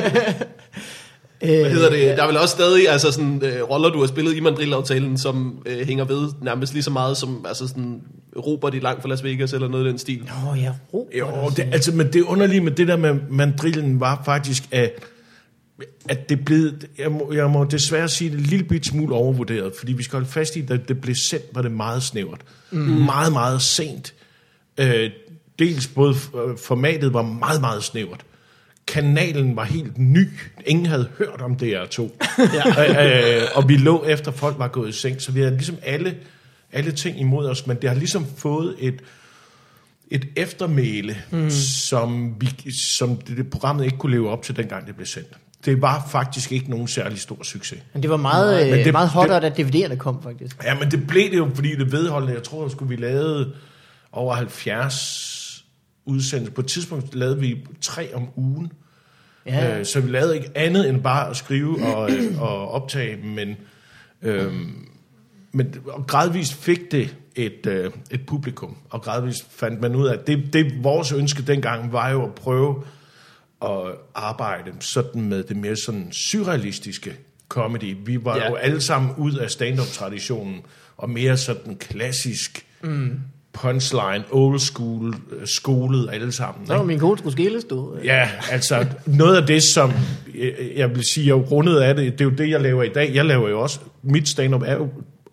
Hvad hedder det? Der er vel også stadig altså sådan, øh, roller, du har spillet i Mandrill-aftalen, som øh, hænger ved nærmest lige så meget som altså sådan, Robert i Langt fra Las Vegas, eller noget i den stil. Nå, ja, ro. jo, det, altså, men det underlige med det der med mandrillen var faktisk, at, at det blev, jeg må, jeg må desværre sige det en lille bit smule overvurderet, fordi vi skal holde fast i, at det blev sendt, var det meget snævert. Mm. Meget, meget sent. Øh, dels både formatet var meget, meget snævert. Kanalen var helt ny. Ingen havde hørt om D R to. Ja. øh, og vi lå efter folk var gået i seng, så vi havde ligesom alle, alle ting imod os, men det har ligesom fået et, et eftermæle, mm. som, vi, som det, det programmet ikke kunne leve op til, dengang det blev sendt. Det var faktisk ikke nogen særlig stor succes. Men det var meget, Men det- det, meget hottere, det- da D V D'erne kom, faktisk. Ja, men det blev det jo, fordi det vedholdende, jeg tror, at skulle vi lavede over halvfjerds udsendelser. På et tidspunkt lavede vi tre om ugen. Ja. Øh, så vi lavede ikke andet end bare at skrive og, øh, og optage, men, øh, men og gradvist fik det et, øh, et publikum, og gradvist fandt man ud af, at det, det vores ønske dengang var jo at prøve at arbejde sådan med det mere sådan surrealistiske comedy. Vi var Ja. jo alle sammen ud af stand-up-traditionen, og mere sådan klassisk mm. punchline, old school, øh, skolet alle sammen. Nå, ikke? min kone skulle skilles, du. Ja, altså noget af det, som jeg, jeg vil sige, jeg er jo rundet af det, det er jo det, jeg laver i dag. Jeg laver jo også, mit stand-up er jo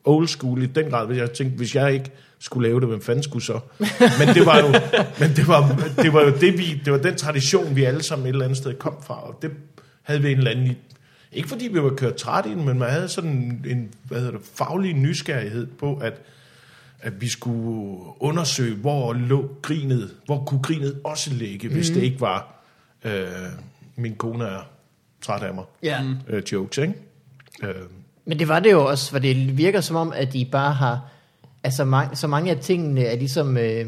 old school i den grad, hvis jeg tænkte, hvis jeg ikke skulle lave det, hvem fanden skulle så? Men det var jo, men det var, det var jo det, vi, det var den tradition, vi alle sammen et eller andet sted kom fra, og det havde vi en eller anden, ikke fordi vi var kørt træt i den, men man havde sådan en, hvad hedder det, faglig nysgerrighed på, at, at vi skulle undersøge, hvor lå grinet, hvor kunne grinet også ligge, hvis mm. det ikke var, øh, min kone er træt af mig, Ja. øh, jokes, ikke? Øh, Men det var det jo også, for det virker som om, at de bare har, altså mange, så mange af tingene er ligesom øh,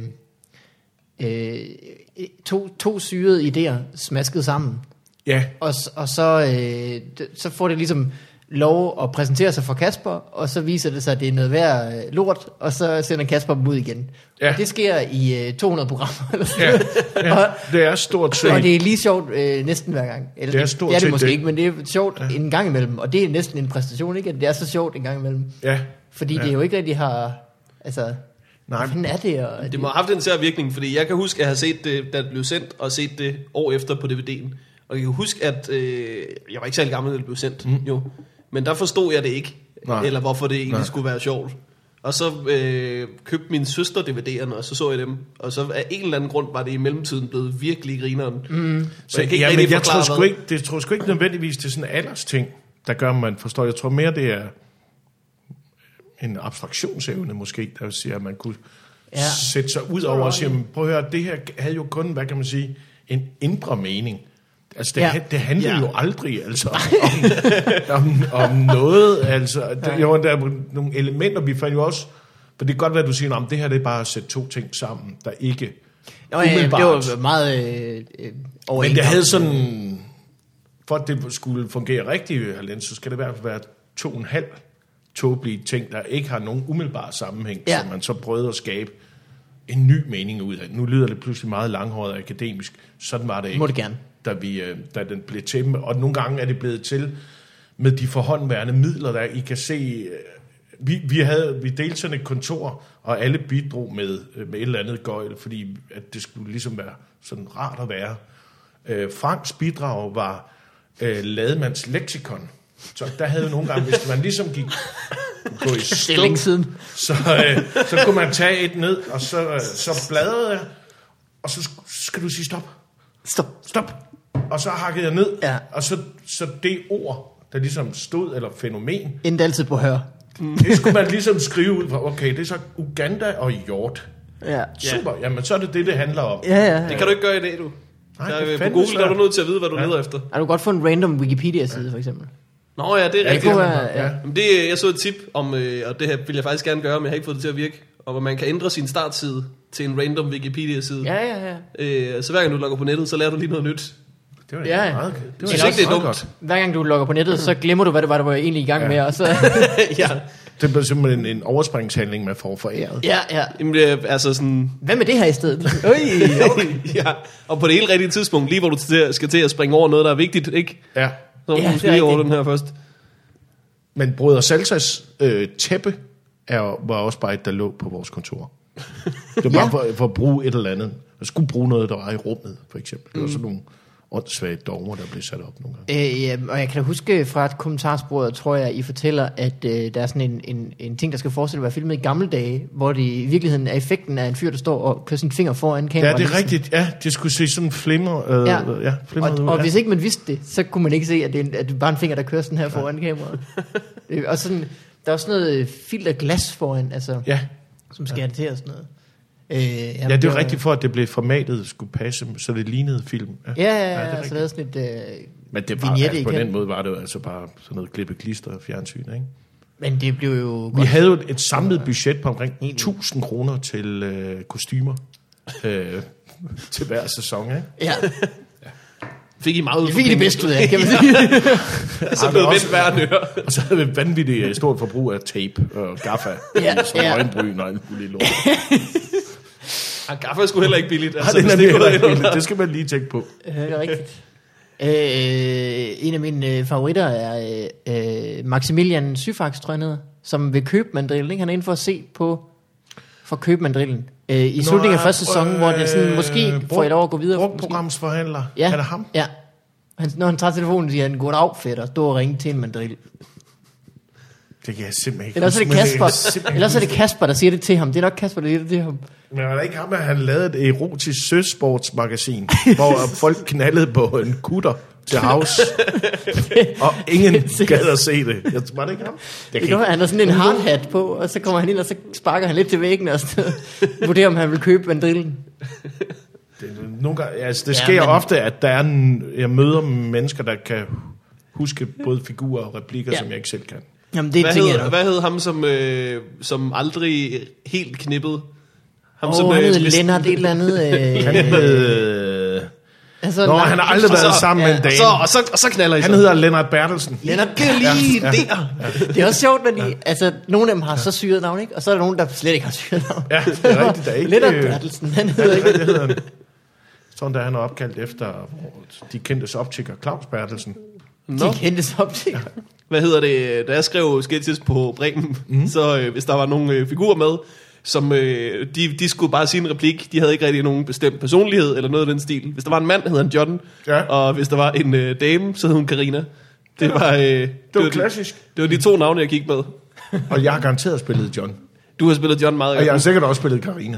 øh, to, to syrede idéer smasket sammen. ja, Og, s- og så, øh, d- så får det ligesom lov at præsentere sig for Kasper, og så viser det sig, at det er noget værd øh, lort, og så sender Kasper dem ud igen. Ja. Og det sker i øh, to hundrede programmer. Eller sådan ja, noget. ja, Og- det er stort set. Og det er lige sjovt øh, næsten hver gang. Eller, Det er stort det er det set måske det. ikke, men det er sjovt ja. en gang imellem. Og det er næsten en præstation, ikke? At det er så sjovt en gang imellem. Ja, Fordi ja. det er jo ikke rigtig har... Altså, Nej. hvad fanden er det? Og, Det må have haft en sær virkning, fordi jeg kan huske, at jeg har set det, da det blev sendt, og set det år efter på D V D'en. Og jeg kan huske, at øh, jeg var ikke særlig gammel, da det blev sendt, mm. jo. Men der forstod jeg det ikke, Nej. eller hvorfor det egentlig Nej. skulle være sjovt. Og så øh, købte min søster D V D'erne, og så så jeg dem. Og så af en eller anden grund var det i mellemtiden blevet virkelig grineren. Mm. Så jeg, ja, men jeg tror sgu ikke, det tror sgu ikke nødvendigvis, det er sådan en aldersting, der gør, at man forstår. Jeg tror mere, det er en abstraktionsevne måske, der siger, at man kunne ja. Ja. sætte sig ud over og sige, men prøv at høre, det her havde jo kun, hvad kan man sige, en indre mening. Altså, det, Ja. ja. det handler Ja. jo aldrig altså, om, om, om noget. Altså, det, jo, der er nogle elementer, vi fandt jo også, for det kan godt være, at du siger, at det her det er bare at sætte to ting sammen, der ikke Nå, ja, det umiddelbart. var meget øh, øh, over Men en det kam. havde sådan, for at det skulle fungere rigtigt, Hallen, så skal det i hvert fald være to og en halv tåbelige ting, der ikke har nogen umiddelbar sammenhæng, Ja. som man så prøvede at skabe en ny mening ud af. Nu lyder det pludselig meget langhåret og akademisk. Sådan var det ikke. Må det gerne. Da, vi, øh, da den blev til. Og nogle gange er det blevet til med de forhåndværende midler, der I kan se. Øh, vi, vi, havde, vi delte sådan et kontor, og alle bidrog med, øh, med et eller andet gøjl, fordi at det skulle ligesom være sådan rart at være. Øh, Franks bidrag var øh, Lademands leksikon. Så der havde nogle gange, hvis man ligesom gik gå i Det er længe stå, siden. så, øh, så kunne man tage et ned, og så, øh, så bladrede jeg, og så sk- skal du sige stop. Stop. Stop. Og så hakkede jeg ned, Ja. og så, så det ord, der ligesom stod, eller fænomen, Endte altid på hør. det skulle man ligesom skrive ud fra, okay, det er så Uganda og hjort. Ja. Super, jamen så er det det, det handler om. Ja, ja. Det kan du ikke gøre i dag, du. Nej, der, det er på fandme Google der er du svært. nødt til at vide, hvad du Ja. leder efter. Er du godt få en random Wikipedia-side, for eksempel? Nå ja, det er Ja, rigtigt. kunne det, være- ja. ja. Jamen, det, jeg så et tip om, øh, og det her vil jeg faktisk gerne gøre, men jeg har ikke fået det til at virke, om at man kan ændre sin startside til en random Wikipedia-side. Ja, ja, ja. Øh, så hver gang du logger på nettet, så lærer du lige noget nyt. Det var Ja, ja, ja. meget, det var Synes meget ikke, det er meget dumt. godt. Hver gang du logger på nettet, så glemmer du, hvad det var, du var egentlig i gang Ja. med. Og så, ja. Det blev simpelthen en, en overspringshandling, man får foræret. ja, ja. Jamen, øh, altså sådan... Hvad med det her i stedet? Øj, okay. ja, og på det helt rigtige tidspunkt, lige hvor du til- skal til at springe over noget, der er vigtigt, ikke? Ja. Så må Ja, ja, det du er lige over rigtigt. den her først. Men Brødre Salsas øh, tæppe er, jo- var også bare et, der lå på vores kontor. Det var bare Ja. for, for at bruge et eller andet. Jeg skulle bruge noget, der var i rummet, for eksempel. Det var sådan nogle åndssvage dogmer, der blev sat op nogle gange. Øh, ja, og jeg kan da huske fra et kommentarspor, tror jeg, I fortæller, at øh, der er sådan en, en, en ting, der skal forestille at være filmet i gamle dage, hvor det i virkeligheden er effekten af en fyr, der står og kører sin finger foran kameraet. Ja, det er rigtigt. Ja, det skulle se sådan flimmer. Øh, Ja. ja, flimmer Og, ud. og ja. hvis ikke man vidste det, så kunne man ikke se, at det er, en, at det er bare en finger, der kører sådan her foran kameraet. Øh, og sådan, der er også noget øh, filter glas foran, altså, Ja. som skærer det til og sådan noget. Øh, jamen, ja, det er var- rigtigt for, at det blev formatet, skulle passe, så det lignede film. Ja, ja, ja, det er ja så rigtigt. lavede sådan et øh, Men det var, vignette altså, på igen. den måde var det jo altså bare sådan noget klippe klister og fjernsyn, ikke? Men det blev jo Vi godt. havde jo et samlet budget på omkring Helt tusind kroner til øh, kostymer øh, til hver sæson, ikke? Ja, Fik I meget ud det for fik I det pengene. bedste ud af, kan man sige. Så blev vendt hver en øre. Og så havde vi et vanvittigt øh, stort forbrug af tape og gaffa. Ja, Sådan ja. øjenbryn og en mulig lort. Ah, gaffe er sgu heller ikke billigt. Altså, Altså, det, hvis er det, går nemlig ind heller under. ikke, det skal man lige tænke på. Ja, det er rigtigt. Øh, en af mine øh, favoritter er øh, øh, Maximilian Syfax, tror jeg, han hedder, som vil købe mandrillen. Ikke? Han er inde for at se på for at købe mandrillen. Øh, I slutningen af første sæson, hvor det sådan, måske får jeg lov at gå videre. Måske. Brugprogramsforhandler. Ja, Er det ham? Ja. Han, når han tager telefonen, siger han, goddag, fedt, og stå og ringe til en mandrill. Det kan jeg simpelthen ikke. Eller så er det huske, men Kasper, jeg kan simpelthen eller så er det huske Kasper, der siger det til ham. Det er nok Kasper, der siger det til ham. Men var der ikke ham, at han lavede et erotisk søsportsmagasin, hvor folk knaldede på en kutter til havs, og ingen gad at se det. Jeg, var det ikke ham? Det kan være, han har sådan en hardhat på, og så kommer han ind, og så sparker han lidt til væggen, og så vurderer, om han vil købe vandrillen. Det, nogle gange, altså det Ja, sker men- ofte, at der er en, jeg møder mennesker, der kan huske både figurer og replikker, Ja. som jeg ikke selv kan. Jamen, det Hvad tænker jeg hed, nok. hvad hed ham, som, øh, som aldrig helt knippede? Ham, Åh, oh, han øh, hed blev- Lennart et eller andet. Han Øh, hed... altså, Nå, nej, han har aldrig og så- været sammen med en Og dame. så, og, så, og så knaller I Han så. hedder Lennart Bertelsen. Lennart Kan lige Ja, der. Det er også sjovt, når de, altså, nogle af dem har så syret navn, ikke? Og så er der nogen, der slet ikke har syret navn. Ja, det er rigtigt. Der er ikke, Lennart øh, Bertelsen, han Ja, hedder det, ikke. det hedder han. Sådan der han er opkaldt efter hvor de kendtes optiker Claus Bertelsen. De kendtes op til. Hvad hedder det? Da jeg skrev sketches på Bremen, mm. så øh, hvis der var nogle øh, figurer med, som øh, de, de skulle bare sige en replik, de havde ikke rigtig nogen bestemt personlighed eller noget af den stil. Hvis der var en mand, hed han John, Ja. og hvis der var en øh, dame, så hed hun Karina. Det var, øh, det var de- klassisk. Det var de to navne, jeg kiggede med. Og jeg har garanteret spillet John. Du har spillet John meget. Og jeg har sikkert også spillet Karina.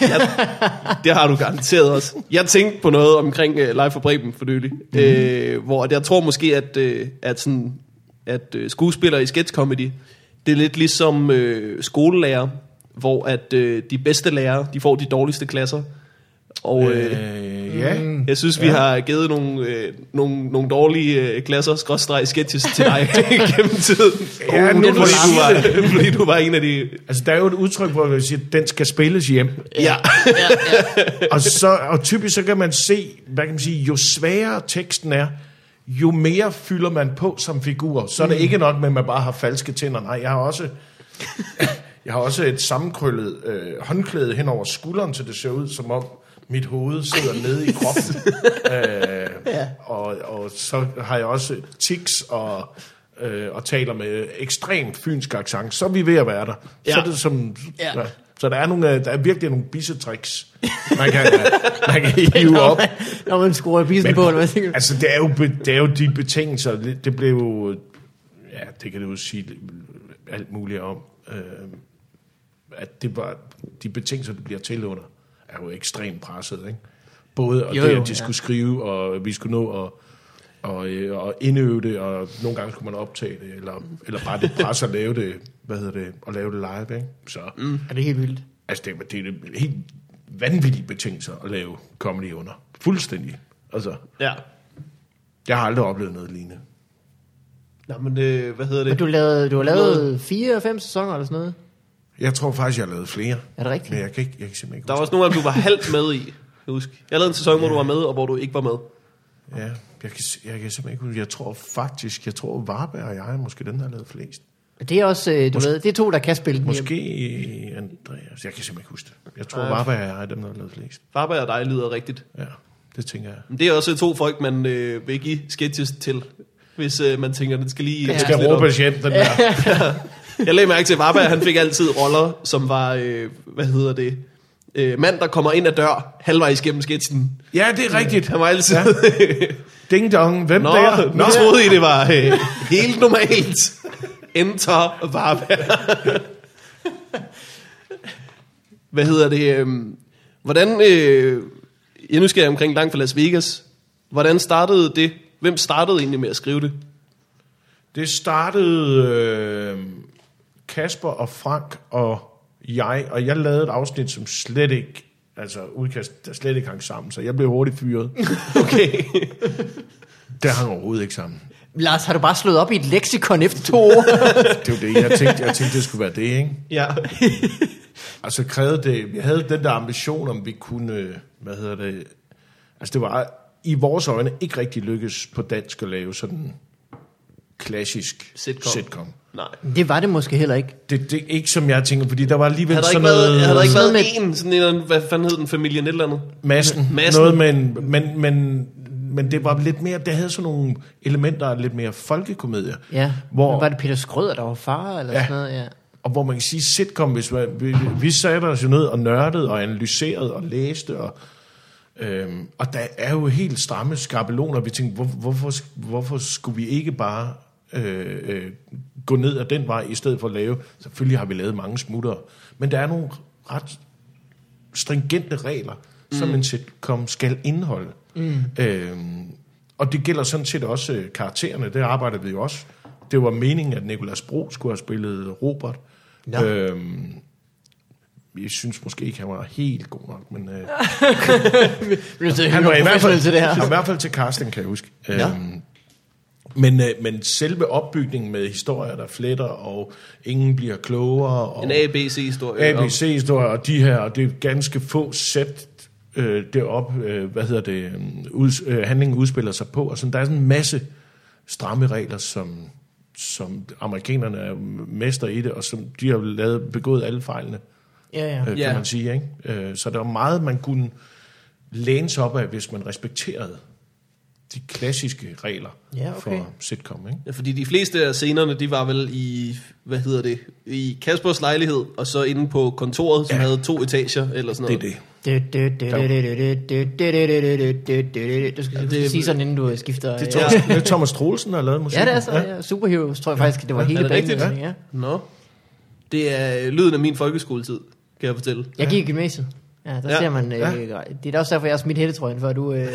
Det har du garanteret også. Jeg tænkte på noget omkring uh, Live for Bremen for nylig, mm. øh, hvor jeg tror måske, at, øh, at, sådan, at øh, skuespillere i sketch comedy, det er lidt ligesom øh, skolelærer, hvor at øh, de bedste lærere, de får de dårligste klasser. Og øh, Øh, ja. jeg synes, vi ja. har givet nogle, øh, nogle, nogle dårlige øh, klasser, skråstreg sketches til dig gennem tiden. Ja, Uh, nu fordi, må du du var, fordi du var en af de... Altså, der er jo et udtryk, hvor man siger, at den skal spilles hjem. Ja. Og, så, og typisk så kan man se, hvad kan man sige, jo sværere teksten er, jo mere fylder man på som figur. Så er det ikke nok med, at man bare har falske tænder. Nej, jeg har også, jeg har også et sammenkrøllet øh, håndklæde hen over skulderen, så det ser ud som om mit hoved sidder nede i kroppen. øh, Ja. og, og så har jeg også tics og, øh, og taler med ekstremt fynsk accent. Så er vi ved at være der. Ja. Så er det som... Ja. Ja. Så der er, nogle, øh, der er virkelig nogle bissetricks, man kan, man kan hive op. Når man skruer bissen på, eller hvad tænker du? Altså, det er, jo, be- det er jo de betingelser. Det, det blev jo... Ja, det kan du jo sige alt muligt om. Øh, at det var... De betingelser, det bliver til under, er jo ekstremt presset, ikke? Både og Jo, det, jo, at de ja. skulle skrive, og vi skulle nå at og, øh, og indøve det, og nogle gange skulle man optage det, eller, eller bare det pres at lave det, hvad hedder det, at lave det live, ikke? Så, mm. Er det helt vildt? altså, det, det er helt vanvittige betingelser at lave comedy under. Fuldstændig. Altså, Ja. jeg har aldrig oplevet noget lignende. Nå, men øh, hvad hedder det? Men du, lavede, du har lavet fire og fem sæsoner eller sådan noget? Jeg tror faktisk, jeg har lavet flere. Er det rigtigt? Men jeg kan, ikke, jeg kan simpelthen ikke Der var huske også nogle af dem, du var halvt med i. Jeg, husker. jeg lavede en sæson, hvor du var med, og hvor du ikke var med. det. Ja, jeg kan, jeg kan simpelthen ikke huske. Jeg tror faktisk, jeg tror Varberg og jeg er måske den, der har lavet flest. Det er også, øh, du Mås- ved, det er to, der kan spille den hjem. Måske Andreas. Jeg kan simpelthen ikke huske det. Jeg tror, Varberg og jeg er dem, der har lavet flest. Farberg og dig lyder rigtigt. Ja, det tænker jeg. Men det er også to folk, man øh, vil give sketches til, hvis øh, man tænker, den skal lige... Det ja. skal råbes hjem, den der. Jeg lagde mærke til, at Varberg, han fik altid roller, som var, øh, hvad hedder det, øh, mand, der kommer ind ad dør, halvvejs gennem sketchen. Ja, det er rigtigt. Han var altid... Ja. Ding dong, hvem Nå, der? nu troede I, det var øh, helt normalt. Enter Varberg. Hvad hedder det? Øh, hvordan... Øh, jeg nu skal jeg omkring langt fra Las Vegas. Hvordan startede det? Hvem startede egentlig med at skrive det? Det startede øh, Kasper og Frank og jeg, og jeg lavede et afsnit, som slet ikke, altså udkast, der slet ikke hang sammen, så jeg blev hurtigt fyret. Okay. Det hang overhovedet ikke sammen. Lars, har du bare slået op i et leksikon efter to år? Det var det, jeg tænkte, jeg tænkte det skulle være det, ikke? Ja. Og så krævede det, vi havde den der ambition, om vi kunne, hvad hedder det, altså det var i vores øjne ikke rigtig lykkes på dansk at lave sådan klassisk Sitcom. sitcom. Nej. Det var det måske heller ikke. Det, det er ikke som jeg tænker, fordi der var alligevel Havde der sådan ikke været, noget... havde der ikke Sådan været med- en, sådan en, eller anden- hvad fanden hed den, familien et eller andet? Massen. Massen. Noget med en, men, men, men det var lidt mere, det havde sådan nogle elementer af lidt mere folkekomedie. Ja, Hvor- hvor... var det Peter Skrøder, der var far, eller Ja. ja. sådan noget? Ja. Og hvor man kan sige sitcom, hvis man, vi, vi satte os jo ned og nørdede og analyserede og læste, og, øhm, og der er jo helt stramme skabeloner. Vi tænkte, hvor, hvorfor, hvorfor skulle vi ikke bare øh, øh, gå ned ad den vej, i stedet for at lave, selvfølgelig har vi lavet mange smuttere, men der er nogle ret stringente regler, mm. som en sitcom skal indeholde. Mm. Øhm, og det gælder sådan set også øh, karaktererne, det arbejder vi jo også. Det var meningen, at Nicolas Bro skulle have spillet Robert. Ja. Øhm, jeg synes måske ikke, han var helt god nok, men øh, han var i hvert fald til det her. I hvert fald til casting, kan jeg huske. Ja. Øhm, men, øh, men selve opbygningen med historier, der fletter, og ingen bliver klogere. Og en A B C-historie. A B C-historie, og de her, og det er ganske få sæt øh, derop, øh, hvad hedder det, ud, øh, handlingen udspiller sig på. Og sådan, der er sådan en masse stramme regler, som, som amerikanerne er mester i det, og som de har lavet, begået alle fejlene. Ja, ja. Øh, kan ja. man sige, ikke? Øh, så der var meget, man kunne læne sig op af, hvis man respekterede de klassiske regler ja, okay. for sitcom, ikke? Ja, fordi de fleste af scenerne, de var vel i, hvad hedder det, i Kaspers lejlighed, og så inde på kontoret, som ja. havde to etager, eller sådan noget. Det er det. Du skal sige sådan, inden du skifter. Det er Thomas, ja. Thomas Troelsen, der har lavet musik. Ja, det er så. Ja. Superheroes, tror jeg faktisk, det var ja, hele banen. Ja. Nå. Det er lyden af min folkeskoletid, kan jeg fortælle. Jeg gik i gymnasiet. Ja, der ja. ser man... Øh, ja. Det er da også derfor, jeg har smidt hættetrøjen, før du... Øh,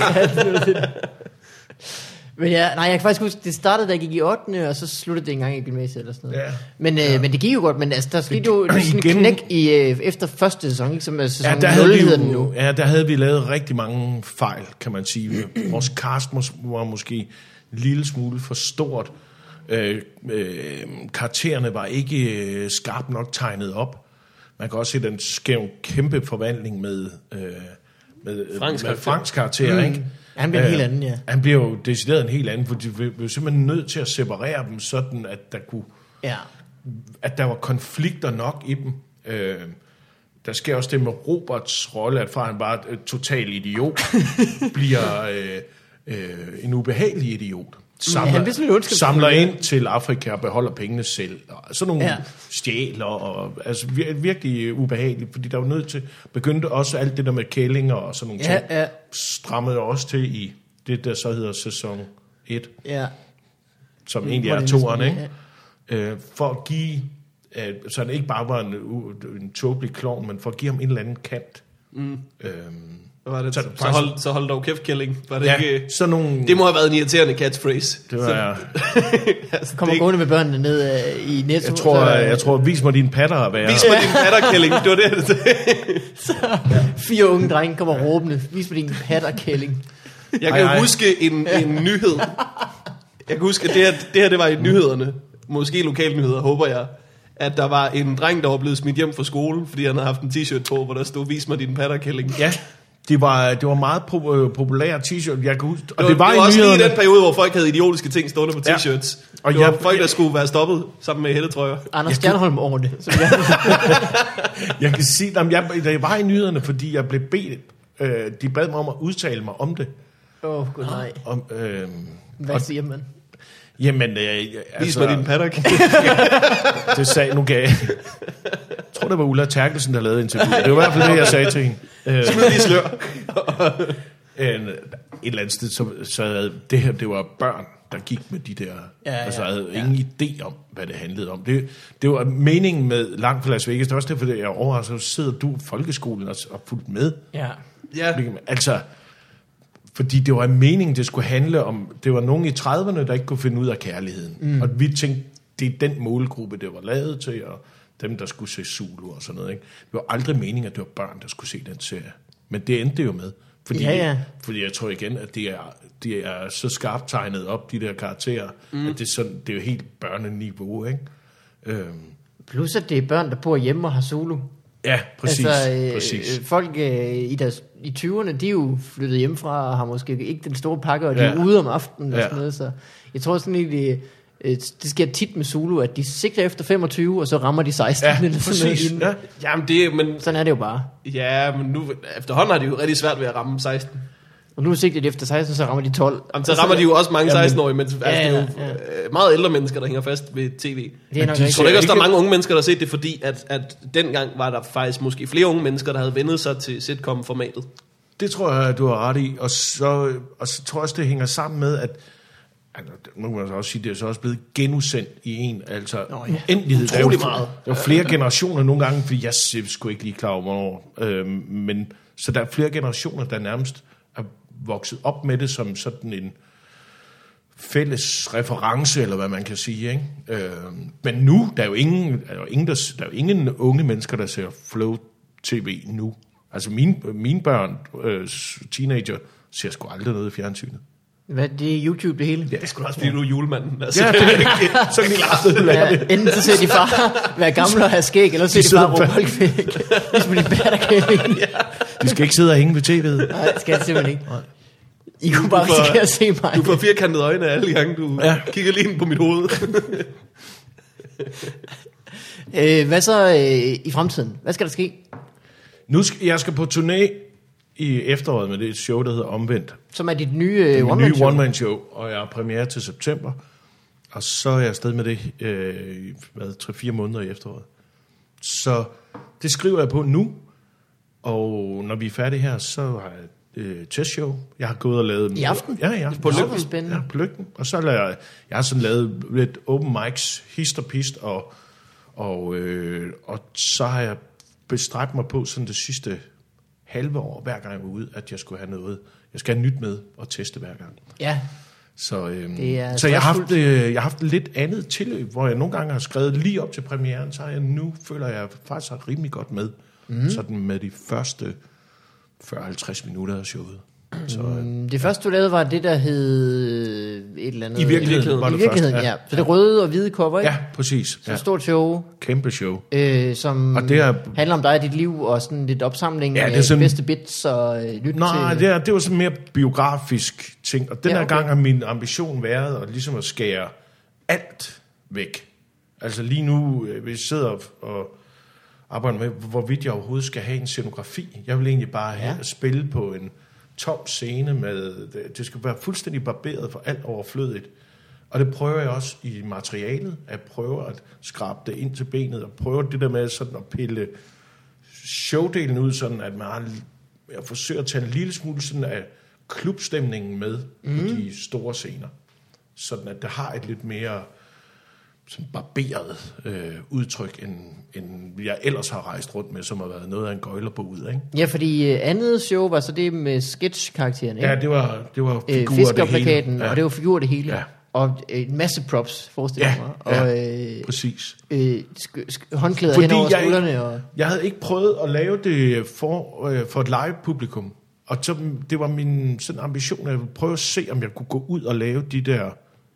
men ja, nej, jeg kan faktisk huske, det startede, da jeg gik i ottende, og så sluttede det en gang i gymnasiet eller sådan noget. Ja. Men, øh, ja. men det gik jo godt, men altså, der skete jo sådan en knæk i, øh, efter første sæson, ikke? Som er sæson ja, der havde vi jo, den nu. Ja, der havde vi lavet rigtig mange fejl, kan man sige. Vores cast var måske en lille smule for stort. Øh, øh, karaktererne var ikke øh, skarpt nok tegnet op. Man kan også se den skæv kæmpe forvandling med øh, med Franks karakter, Franks karakter mm. ikke? Han bliver en helt anden, ja. Han bliver jo decideret en helt anden, for de var simpelthen nødt til at separere dem, sådan at der kunne, ja. at der var konflikter nok i dem. Øh, der sker også det med Roberts rolle, at fra han bare er total idiot, bliver øh, øh, en ubehagelig idiot. Samler, ja, samler ind til Afrika og beholder pengene selv. Og sådan nogle ja. stjæler, og, altså vir, virkelig ubehageligt, fordi der var nødt til, begyndte også alt det der med kællinger og sådan nogle ja, ting, ja. strammede også til i det, der så hedder sæson et, ja. som det egentlig er toeren, ikke? Ja. Øh, for at give, øh, så det ikke bare var en, en tåbelig klovn, men for at give ham en eller anden kant. Mm. Øhm, Var det, så, så, hold, så hold dog kæft, Kælling. Var det, ja, ikke, sådan nogle, det må have været en irriterende catchphrase. Det var jeg. altså, Kommer gående med børnene ned uh, i Netto. Jeg tror, så, jeg, jeg tror, vis mig dine patter at være. Vis mig dine patter, Kælling. Det var det, det. Så fire unge drenge kommer råbende. Vis mig dine patter, Kælling. Jeg kan ej, ej. huske en, en nyhed. Jeg kan huske, at det her, det her det var i nyhederne. Måske lokalnyheder, håber jeg. At der var en dreng, der var blevet smidt hjem fra skole, fordi han havde haft en t-shirt på, hvor der stod, vis mig dine patter, Kælling. Ja. Det var, det var meget populære t-shirt, jeg kan huske. Og det var, det var, det var også lige i den periode, hvor folk havde idiotiske ting stående på t-shirts. Ja. Og det var jeg, folk, der skulle være stoppet sammen med hættetrøjer. Anders Stjernholm over det. Jeg, jeg kan sige, at jeg, jeg var i nyhederne, fordi jeg blev bedt. Øh, de bad mig om at udtale mig om det. Åh, oh, gud nej. Om, øh, Hvad og, siger man? Jamen, øh, altså... Vis mig din patter. Det sagde, nu gav jeg... Jeg tror, det var Ulla Terkelsen, der lavede interviewet. Det var i hvert fald det, jeg sagde til hende. Smid lige slør. en, et eller andet sted, så, så det her, det var børn, der gik med de der... Ja, ja, altså, jeg havde ja. ingen idé om, hvad det handlede om. Det, det var meningen med Langt fra Las Vegas. Det var også derfor, jeg er overrasket. Så sidder du i folkeskolen og, og fulgt med. Ja. ja. Altså... Fordi det var meningen, det skulle handle om... Det var nogen i trediverne, der ikke kunne finde ud af kærligheden. Mm. Og vi tænkte, det er den målgruppe, det var lavet til, og dem, der skulle se Zulu og sådan noget. Ikke? Det var aldrig meningen, at det var børn, der skulle se den serie. Men det endte det jo med. Fordi, ja, ja. fordi jeg tror igen, at det er, det er så skarpt tegnet op, de der karakterer, mm. at det er, sådan, det er jo helt børneniveau. Ikke? Øhm. Plus, at det er børn, der bor hjemme og har Zulu. Ja, præcis. Altså, øh, præcis. folk øh, i, deres, i tyverne, de er jo flyttet hjemmefra og har måske ikke den store pakke, og de ja. er ude om aftenen og ja. sådan noget. Så jeg tror sådan egentlig, øh, det sker tit med Zulu, at de sigter efter femogtyve, og så rammer de seksten. Ja, eller sådan præcis. Noget. Ja. Jamen det, men, sådan er det jo bare. Ja, men nu, efterhånden har de jo rigtig svært ved at ramme seksten. Og nu sigter de efter seksten, så rammer de tolv. Jamen, så rammer de jo også mange seksten-årige, men ja, altså, det er jo ja. meget ældre mennesker, der hænger fast ved tv. Det er nok de, jeg tror ikke også, der er mange unge mennesker, der har set det, fordi at, at dengang var der faktisk måske flere unge mennesker, der havde vendet sig til sitcom-formatet. Det tror jeg, du har ret i. Og så, og så tror jeg også, det hænger sammen med, at altså, nu kan man så også sige, det er så også blevet genudsendt i en, altså Nå, ja. endelighed. Der er jo- Utrolig meget. Der er jo flere generationer nogle gange, fordi jeg er sgu ikke lige klar over, hvornår. Øh, men så der er flere generationer, der nærmest er vokset op med det som sådan en fælles reference, eller hvad man kan sige. Ikke? Øh, men nu, der er jo ingen, der er jo ingen, der, der er jo ingen unge mennesker, der ser Flow T V nu. Altså mine, mine børn, øh, teenager, ser sgu aldrig noget i fjernsynet. Hvad, det er YouTube det hele? Ja, Det er sgu da også, fordi du er julemanden. Altså, ja, det er ikke, så kan de lade det. Ja, enten så ser de far være gammel og have skæg, eller så ser de, sidder far råbe fast. boldkvæg. Ligesom de bærer, der kan De skal ikke sidde og hænge ved tv'et. Nej, det skal jeg simpelthen ikke. I kunne bare Du får- risikere at se mig. du får firkantede øjne alle gange, du Ja. ja. kigger lige ind på mit hoved. Øh, hvad så øh, i fremtiden? Hvad skal der ske? Nu skal jeg skal på turné i efteråret med det show, der hedder Omvendt. Som er dit nye øh, Min one-man nye show? one-man-show, og jeg har premiere til september. Og så er jeg afsted med det øh, i hvad, tre-fire måneder i efteråret. Så det skriver jeg på nu, og når vi er færdige her, så har jeg øh, testshow. Jeg har gået og lavet... I aften? Ja, ja. På Lygten? Spændende. Ja, på Lygten. Og så har jeg, jeg har sådan lavet lidt open mics, hist og pist, og, og, øh, og så har jeg bestræbt mig på sådan det sidste halve år, hver gang jeg var ude, at jeg skulle have noget, jeg skal have nyt med og teste hver gang. Ja, Så, øhm, Det er så jeg, har haft, stressfuldt. øh, jeg har haft lidt andet tilløb, hvor jeg nogle gange har skrevet lige op til premieren, så har jeg nu føler jeg faktisk har rimelig godt med, mm. sådan med de første fyrre til halvtreds minutter af showet. Så, øh, det første du lavede var det, der hed et eller andet... I virkeligheden var I det virkeligheden, første, ja. ja. Så det røde og hvide cover, ikke? ja, præcis. Så Ja. et stort show, Kæmpe show. øh, som Og det er- handler om dig og dit liv, og sådan lidt opsamling Ja, af det er sådan- bedste bits og øh, lyt Nej, til... det, er, det var sådan mere biografisk ting, og den Ja, her okay. gang har min ambition været at, ligesom at skære alt væk. Altså lige nu, øh, hvis jeg sidder og, og arbejder med, hvorvidt jeg overhovedet skal have en scenografi. Jeg vil egentlig bare have Ja. at spille på en tom scene med, det, det skal være fuldstændig barberet for alt overflødigt. Og det prøver jeg også i materialet, at jeg prøver at skrabe det ind til benet, og prøver det der med sådan at pille showdelen ud, sådan at man har, jeg forsøger at tage en lille smule sådan af klubstemningen med mm. på de store scener. Sådan at det har et lidt mere sådan barberet øh, udtryk, end, end jeg ellers har rejst rundt med, som har været noget af en gøjlerbod, ikke? Ja, fordi øh, andet show var så det med sketch-karakteren, ikke? Ja, det var, det var øh, figurer det fiskerplakaten, hele. og det var figurer det hele. Ja. Og øh, en masse props, forestiller jeg Ja, mig. Og ja, øh, præcis. øh, sk- sk- håndklæder Fordi hen over jeg- skuldrene. Og... Jeg havde ikke prøvet at lave det for, øh, for et live-publikum. Og så, det var min sådan ambition, at jeg ville prøve at se, om jeg kunne gå ud og lave de der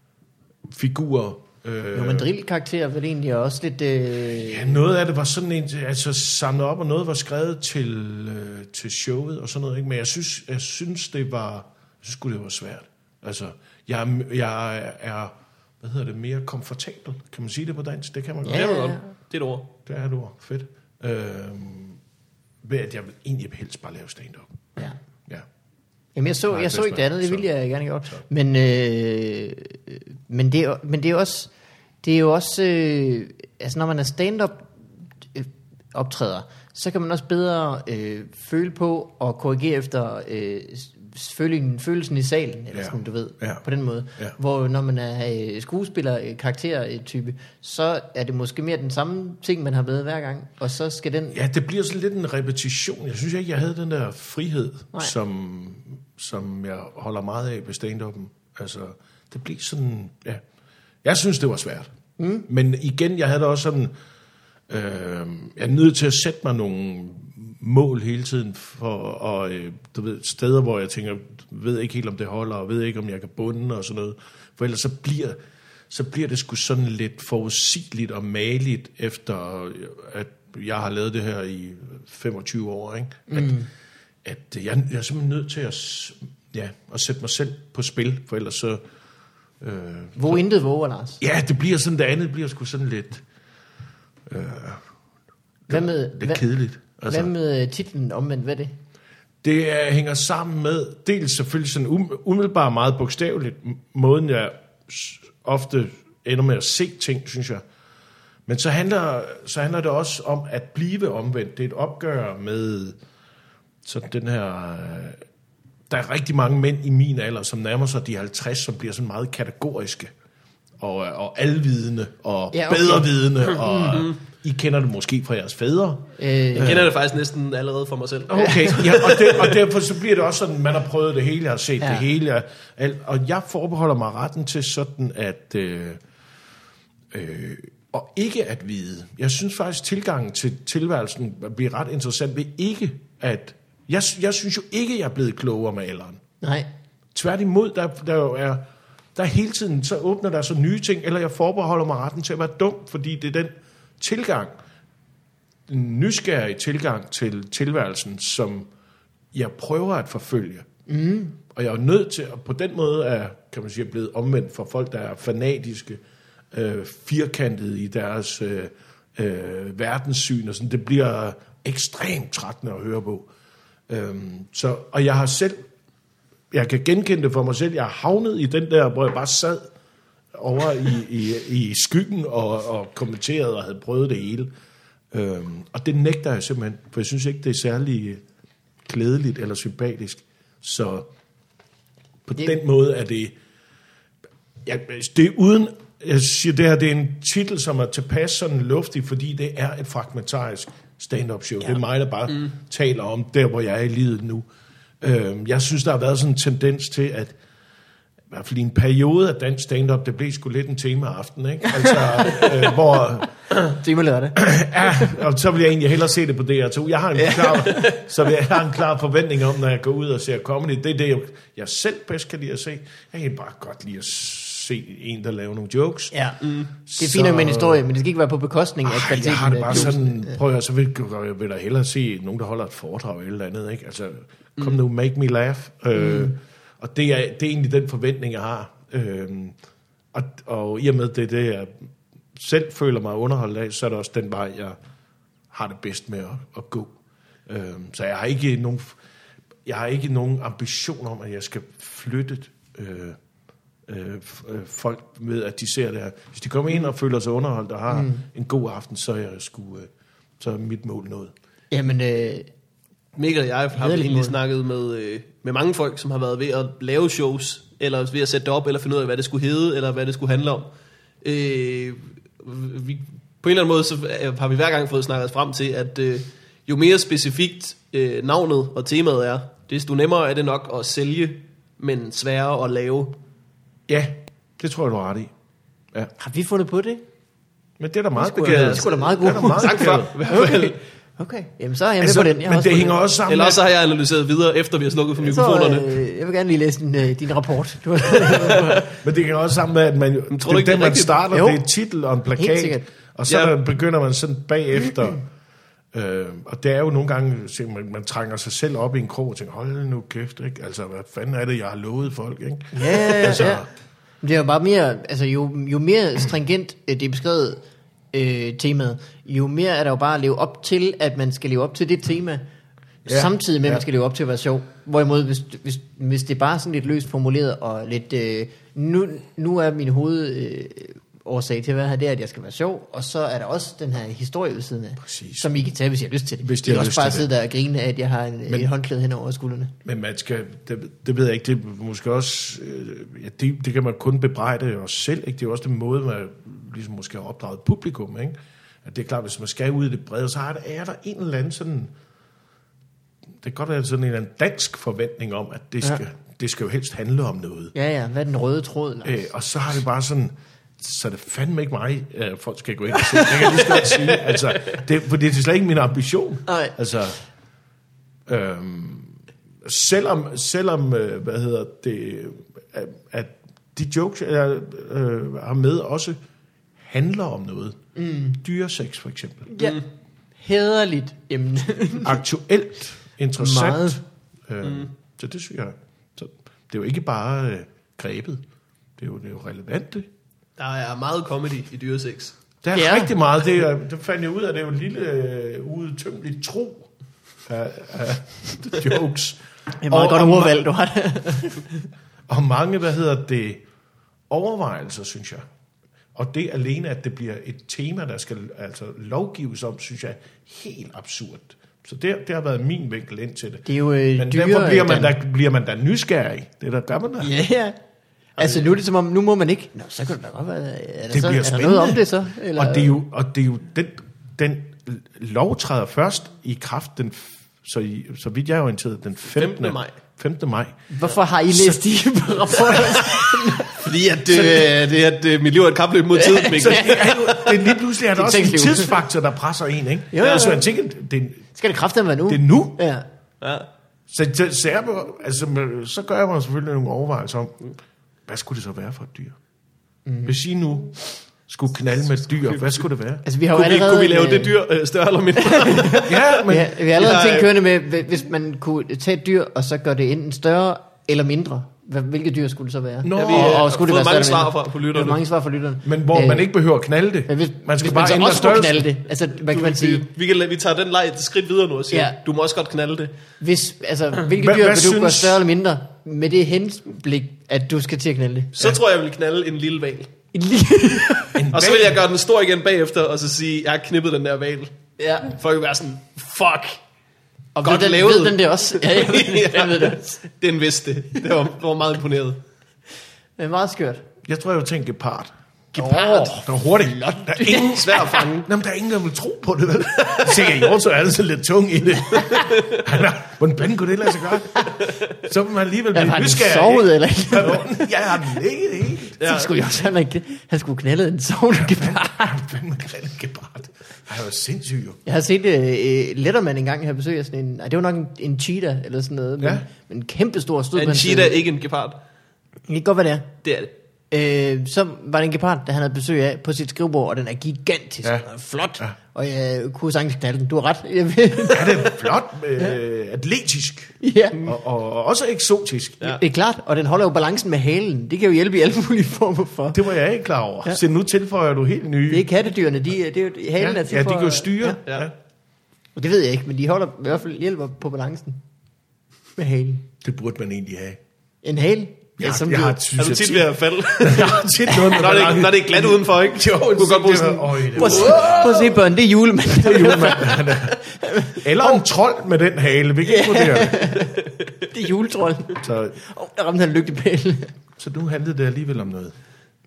figurer. Øh, Jo, men drillkarakterer vel egentlig også lidt... Øh... ja, noget af det var sådan en, altså samlet op, og noget var skrevet til, øh, til showet og sådan noget. Ikke? Men jeg synes, jeg synes, det var, jeg synes, det var svært. Altså, jeg, er- jeg er, hvad hedder det, mere komfortabel. Kan man sige det på dansk? Det kan man godt. Ja, Det er ja, noget. ja. Det er et ord. Det er et ord. Fedt. Øh, ved at jeg vil egentlig helst bare lave stand-up. Ja. Ja. Jamen, jeg så, Nej, jeg så det er ikke det andet, det smart. ville jeg gerne have gjort. Men, øh, men, det er, men det er også, det er jo også, øh, altså når man er stand-up øh, optræder, så kan man også bedre øh, føle på og korrigere efter øh, følelsen, følelsen i salen, eller Ja. sådan, du ved, Ja. på den måde. Ja. Hvor når man er øh, skuespiller, øh, karaktertype, så er det måske mere den samme ting, man har med hver gang, og så skal den... Ja, det bliver sådan lidt en repetition. Jeg synes ikke, jeg havde den der frihed, som, som jeg holder meget af ved stand-up'en. Altså, det blev sådan, ja. Jeg synes, det var svært. Mm. Men igen, jeg havde da også sådan, øh, jeg er nødt til at sætte mig nogle mål hele tiden, for, og øh, du ved, steder, hvor jeg tænker, ved ikke helt, om det holder, og ved ikke, om jeg kan bunde og sådan noget. For ellers så bliver, så bliver det sgu sådan lidt forudsigeligt og maligt, efter at jeg har lavet det her i femogtyve år, ikke? At, mm. at jeg, jeg er simpelthen nødt til at, s- ja, at sætte mig selv på spil, for ellers så... Øh, Hvor intet våger, Lars. ja, det bliver sådan, det andet bliver sgu sådan lidt... Øh, Hvad med, lidt hvad, kedeligt. hvad med titlen omvendt, hvad er det? Det er, hænger sammen med, dels selvfølgelig sådan um, umiddelbart meget bogstaveligt, m- måden jeg s- ofte ender med at se ting, synes jeg. Men så handler, så handler det også om at blive omvendt. Det er et opgør med sådan den her... øh, der er rigtig mange mænd i min alder, som nærmer sig de halvtreds, som bliver sådan meget kategoriske, og, og alvidende, og Ja, okay. bedrevidende, og I kender det måske fra jeres fædre. Øh, Jeg kender det faktisk næsten allerede for mig selv. Okay, ja, og, det, og derfor så bliver det også sådan, man har prøvet det hele, jeg har set Ja. det hele, jeg, alt, og jeg forbeholder mig retten til sådan, at øh, øh, og ikke at vide. Jeg synes faktisk, tilgangen til tilværelsen bliver ret interessant ved ikke at, jeg, jeg synes jo ikke, jeg er blevet klogere med alderen. nej. Tværtimod, der, der jo er, der hele tiden, så åbner der så nye ting, eller jeg forbeholder mig retten til at være dum, fordi det er den tilgang, en nysgerrig tilgang til tilværelsen, som jeg prøver at forfølge. Mm. Og jeg er nødt til, og på den måde er, kan man sige, blevet omvendt for folk, der er fanatiske, øh, firkantede i deres øh, øh, verdenssyn, og sådan. Det bliver ekstremt trættende at høre på. Øhm, så, og jeg har selv, jeg kan genkende det for mig selv, jeg har havnet i den der, hvor jeg bare sad over i, i, i skyggen og, og kommenterede og havde prøvet det hele. Øhm, og det nægter jeg simpelthen, for jeg synes ikke, det er særlig klædeligt eller sympatisk. Så på Det- den måde er det, ja, det er uden, jeg siger det her, det er en titel, som er tilpas sådan luftig, fordi det er et fragmentarisk stand-up show. Ja. Det er mig, der bare mm. taler om der, hvor jeg er i livet nu. Øhm, jeg synes, der har været sådan en tendens til, at i hvert fald i en periode af dansk stand-up, det blev sgu lidt en tema-aften, ikke? Altså, øh, hvor, Time lørdag. ja, og så vil jeg egentlig hellere se det på D R to. Jeg har en klar, så jeg har en klar forventning om, når jeg går ud og ser comedy. Det er det, jeg, jeg selv bedst kan lide at se. Jeg kan bare godt lide at se en, der laver nogle jokes. Ja. Mm. Det er fint nok med en historie, men det skal ikke være på bekostning af Ej, kvaliteten. jeg har det af bare jokesen. sådan, prøv at så vil, jeg vil da hellere se nogen, der holder et foredrag eller et eller andet, ikke? Altså, kom nu, make me laugh. Mm. Øh, og det er, det er egentlig den forventning, jeg har. Øh, og, og i og med det, det jeg selv føler mig underholdt af, så er det også den vej, jeg har det bedst med at, at gå. Øh, så jeg har ikke nogen, jeg har ikke nogen ambition om, at jeg skal flytte øh, øh, folk med, at de ser det her. Hvis de kommer ind og føler sig underholdt og har mm. en god aften, så er jeg sgu, øh, så er mit mål nået. Jamen, øh, Mikkel og jeg har Hederligt egentlig mål. snakket med, øh, med mange folk, som har været ved at lave shows, eller ved at sætte det op, eller finde ud af, hvad det skulle hedde, eller hvad det skulle handle om. Øh, vi, på en eller anden måde, så har vi hver gang fået snakket os frem til, at øh, jo mere specifikt øh, navnet og temaet er, desto nemmere er det nok at sælge, men sværere at lave. Ja, det tror jeg, du har ret i. Ja. har vi fundet på det? Men det er da meget sgu da- begavet. det er sgu da meget Det er god. da meget Sagt begavet. før, i hvert fald. Okay. Okay, jamen så er jeg Altså, med på den. Jeg har men også det fundet hænger den. også sammen Eller med... også har jeg analyseret videre, efter vi har slukket for Så, mikrofonerne. øh, jeg vil gerne lige læse din, øh, din rapport. Du Men det hænger også sammen med, at man, tror det du er ikke, det den, er man rigtigt? starter, Jo. det er et titel og en Helt plakat, sikkert. og så Ja. ja. begynder man sådan bagefter, øh, og det er jo nogle gange, så man, man trænger sig selv op i en krog og tænker, hold nu kæft, ikke? Altså, hvad fanden er det, jeg har lovet folk, ikke? Ja, Altså- ja. Men det er jo bare mere, altså jo, jo mere stringent øh, det er beskrevet øh, temaet, jo mere er der jo bare at leve op til, at man skal leve op til det tema, Ja, samtidig med, at man ja. skal leve op til at være sjov. Hvorimod, hvis, hvis, hvis det er bare sådan lidt løst formuleret, og lidt, øh, nu, nu er min hoved... Øh, årsag til at være her, det er, at jeg skal være sjov, og så er der også den her historie ved siden af, Præcis. som I kan tage, hvis I har lyst til det. Hvis de det er har også lyst bare at til sidde der og grine af, at jeg har en, Men- et håndklæde hen over skuldrene. Men man skal, det, det ved jeg ikke, det er måske også, øh, ja, det, det kan man kun bebrejde os selv, ikke? Det er jo også den måde, man ligesom måske har opdraget publikum, ikke? At det er klart, hvis man skal ud i det brede, så er der, er der en eller anden sådan, det kan godt være sådan en eller anden dansk forventning om, at det skal, ja. det skal jo helst handle om noget. Ja, ja, hvad er den røde tråd? Lars? Øh, og så har det bare sådan, så er det fandme ikke mig, øh, folk skal gå ind og se. Det kan jeg lige så godt sige. Altså, det, for det er slet ikke min ambition. Nej. Altså, øhm, selvom, selvom øh, hvad hedder det, at, at de jokes, jeg øh, har med, også handler om noget. Mm. Dyresex for eksempel. Ja, hæderligt emne. Aktuelt, interessant. Meget. Øh, mm. Så det synes jeg, så det er jo ikke bare øh, grebet. Det er jo, det er jo relevant, det. Der er meget comedy i dyresex. Der er Ja. ja. rigtig meget. Det, er, det fandt jeg ud af, det er jo en lille øh, udtømmeligt tro af, af jokes. Det er meget Og- godt og ordvalg, du har det. Og mange, hvad hedder det, overvejelser, synes jeg. Og det alene, at det bliver et tema, der skal altså lovgives om, synes jeg er helt absurd. Så det, det har været min vinkel ind til det. Det er jo øh, Men dyre, derfor bliver man, Dan. da, bliver man da nysgerrig. Det der gør man da. Ja, ja. Altså nu er det som om, nu må man ikke. Nå, så kan det da godt være. Er der, Det så, bliver er der spændende. noget om det så? Eller? Og det er jo, og det er jo den, den lov træder først i kraft, den, f- så, i, så vidt jeg er orienteret, den femtende maj. femte maj. Hvorfor har I læst de rapporter? Fordi at, øh, det er, at øh, mit liv er et kapløb mod tiden, Så Mikkel. det er jo, det er lige pludselig er der Det er også en tekstliv. tidsfaktor, der presser en, ikke? Jo, jo, jo. Så man tænker, det, Skal det kraftigt være nu? det er nu. Ja. Ja. Så, så, så, jeg, altså, så gør jeg mig selvfølgelig nogle overvejelser om, hvad skulle det så være for et dyr? Mm. Hvis I nu skulle knalde med et dyr, hvad skulle det være? Altså vi har jo Kunne vi, allerede... kunne vi lave en, det dyr øh, større eller mindre? Ja, men Vi har, vi har allerede Ja, en ting øh. kørende med, hvis man kunne tage et dyr, og så gøre det enten større eller mindre. Hvad- Hvilket dyr skulle det så være? Nå. Ja, vi Og- har og skulle det fået være mange større eller svar mindre? fra på Der er lytterne. mange svar fra lytterne. men hvor Øh, man ikke behøver at knalde det. Men hvis, Man skal hvis bare man så ændre også må størrelsen. knalde det, altså hvad kan man sige? Vi, vi, kan, vi tager den leg et skridt videre nu og siger, Ja. ja. du må også godt knalde det. Hvis, altså, hvilket Hvad- dyr hvad vil du gøre synes- større eller mindre, med det henblik, at du skal til at knalde det? Så ja. tror jeg, jeg vil knalde en lille val. En lille... Og så vil jeg gøre den stor igen bagefter, og så sige, jeg har knippet den der val. ja. For at være sådan, fuck. Og Godt ved, den, lavet. ved den det også? Ja, jeg ved, jeg ved det også. Den vidste det. Det var, det var meget imponeret. Det er meget skørt. Jeg tror, jeg vil tænke gepard. Gepard. Der er hurtigt. Der er ingen, Svær at fange. Nå, men der er ingen, der vil tro på det, vel? Jeg tænker, i år, så er det så lidt tung i det. Han er, hvordan fanden kunne det lade sig gøre? Så vil man alligevel Ja, blive har han nysgerrig. sovet, eller ikke? Jeg har ligget det hele. Så skulle jeg også have, ikke- han skulle knalde en sovende gepard. Hvad man kalder gepard? Han er jo sindssyg, jo. Jeg har set uh, Letterman engang have besøg af sådan en, nej, det var nok en, en cheetah eller sådan noget, men, Ja. men en kæmpe stor stod Er på en hans cheetah side. ikke en gepard? Det kan godt være det er. Det er det. Øh, så var det en gepard, der han havde besøg af på sit skrivebord, og den er gigantisk Ja. og flot, Ja. og jeg kunne sagtens knalde den. Du har ret. Jeg ved- Ja, det er flot, øh, atletisk ja. og, og, og også eksotisk. Ja. Det er klart, og den holder jo balancen med halen. Det kan jo hjælpe i alle mulige former for. Det var jeg ikke klar over. Ja. Ja. Så nu tilføjer du helt nye. Det er kattedyrene, de, det er jo, halen ja, er til ja, de for... kan jo styre. Ja. Ja. Ja. Og det ved jeg ikke, men de holder i hvert fald hjælper på balancen med halen. Det burde man egentlig have. En hale? Ja, som jeg du- har, Er synes, du jeg tit ved at falde? Jeg har tit noget med når, det, balance. når det er glat udenfor, ikke? Jo, Du kunne godt bruge det sådan... var- øj, det Prøv var- at se, prøv at se børn, det er julemand. det er julemand. Eller en trold med den hale. Vi kan ikke vurdere det. Det er juletrold. Så, Åh, oh, der ramte han en lygtepæl. så nu handlede det alligevel om noget.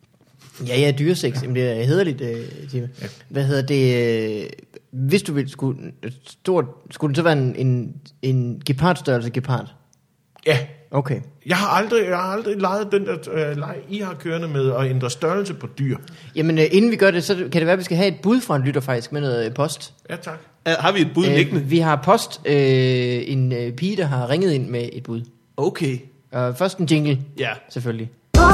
Ja, ja, dyresex. Jamen, det er hederligt, uh, Tim. Ja. Hvad hedder det? Øh, hvis du vil, skulle, stort, skulle det så være en, en, en gepardstørrelse gepard? Ja, Okay. jeg har aldrig, jeg har aldrig leget den der øh, leg, I har kørende med at ændre størrelse på dyr. Jamen, uh, inden vi gør det, så kan det være, at vi skal have et bud fra en lytter faktisk med noget øh, post. Ja, tak. Er- Har vi et bud liggende? Uh, vi har post, uh, en uh, pige, der har ringet ind med et bud. Okay. Uh, først en jingle, Ja. selvfølgelig.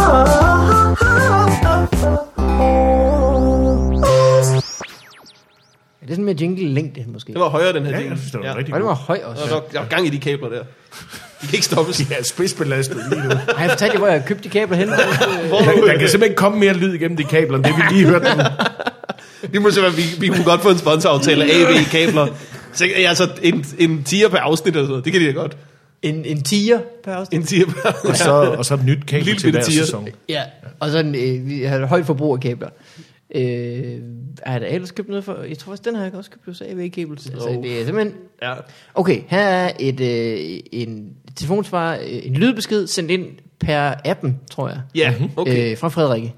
Er det sådan med jingle-længde, måske? Det var højere, den her Ja, jingle. jeg synes, det var rigtig Og det godt. var høj også. Og der, der var gang i de kabler der. De kan ikke stoppes. De er spidsbelastet lige nu. Har jeg fortalt jer, hvor jeg har købt de kabler hen? Der, der kan simpelthen ikke komme mere lyd igennem de kabler, end det vi lige hørte. Vi må simpelthen, vi, vi kunne godt få en sponsoraftale af A V kabler. Så altså en, en tier per afsnit eller sådan noget. Det kan de da godt. En, en tiger per afsnit? En tier per Og så, og så et nyt kabel Lille til hver bitte tier. sæson. Ja, og så en, øh, vi har et højt forbrug af kabler. Øh, har der ellers købt noget for? Jeg tror også, den har jeg også købt hos A V Cables. Altså, Oh. det er simpelthen... Ja. Okay, her er et, øh, en telefonsvar, øh, en lydbesked sendt ind per appen, tror jeg. Ja, okay. Øh, fra Frederikke.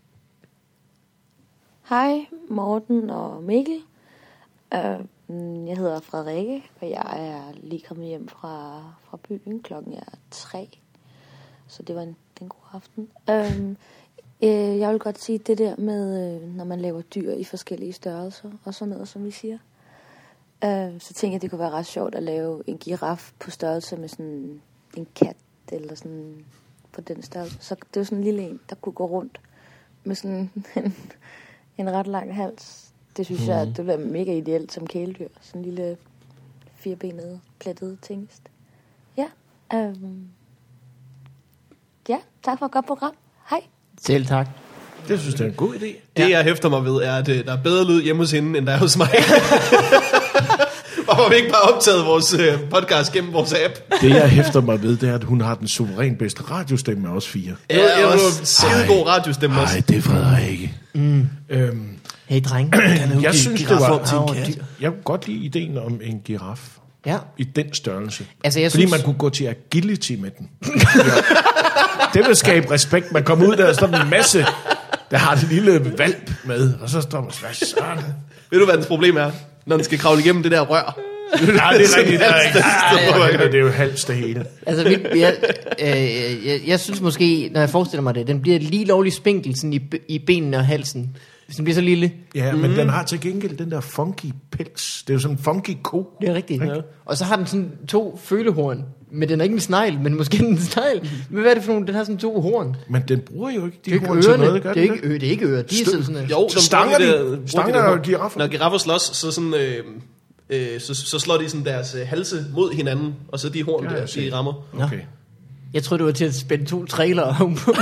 Hej, Morten og Mikkel. Uh, jeg hedder Frederikke, og jeg er lige kommet hjem fra, fra byen. Klokken er tre, så det var en, en god aften. Uh, uh, jeg vil godt sige det der med, uh, når man laver dyr i forskellige størrelser, og sådan noget, som vi siger. Uh, så tænker jeg, det kunne være ret sjovt at lave en giraf på størrelse med sådan en kat, eller sådan på den størrelse. Så det er sådan en lille en, der kunne gå rundt med sådan en, en ret lang hals. Det synes mm. jeg, at det bliver mega ideelt som kæledyr. Sådan en lille firbenet, plettet tingest. Ja, øhm. ja, tak for et godt program. Hej. Selv tak. Det synes jeg er en god idé. Det jeg hæfter mig ved er, at øh, der er bedre lyd hjemme hos hende, end der er hos mig. Hvorfor har vi ikke bare optaget vores øh, podcast gennem vores app? Det jeg hæfter mig ved, det er, at hun har den suveræn bedste radiostemme af os fire. Ja, jeg har skide god radiostemme også. Nej, det er Frederikke. Mm. Øhm, Hey, dreng. Jeg synes, det var... Giraffer til en kat. Jeg kunne godt lide ideen om en giraf. Ja. I den størrelse. Altså, jeg Fordi synes- man kunne gå til agility med den. Det vil skabe respekt. Man kommer ud der, og står en masse, der har det lille valp med, og så står man, hvad sådan? Ved du, hvad dens problem er? Når den skal kravle igennem det der rør. Ja, det er rigtigt. Der er ikke. Ja, ja, ja. Det er jo halvt det hele. Altså, mit, jeg, øh, jeg, jeg synes måske, når jeg forestiller mig det, den bliver lige lovlig spinkel sådan i, i benene og halsen. Hvis den bliver så lille. Ja, men mm. den har til gengæld den der funky pels. Det er jo sådan en funky ko. Det er rigtigt. Ja. Og så har den sådan to følehorn. Men den er ikke en snegl, men måske en snegl. Men hvad er det for nogle? Den har sådan to horn. Men den bruger jo ikke de Det er horn ikke til ørerne. noget, gør Det er den ikke, ø, det er ikke ører. De er sådan sådan. Jo, Så stanger de, de- der- bruger stanger der- og giraffer? Når giraffer slås, så, sådan, øh, øh, så, så slår de sådan deres øh, halse mod hinanden, og så de horn Ja, der, jeg ser. de rammer. Okay. Jeg tror det var til at spænde to trailere om på.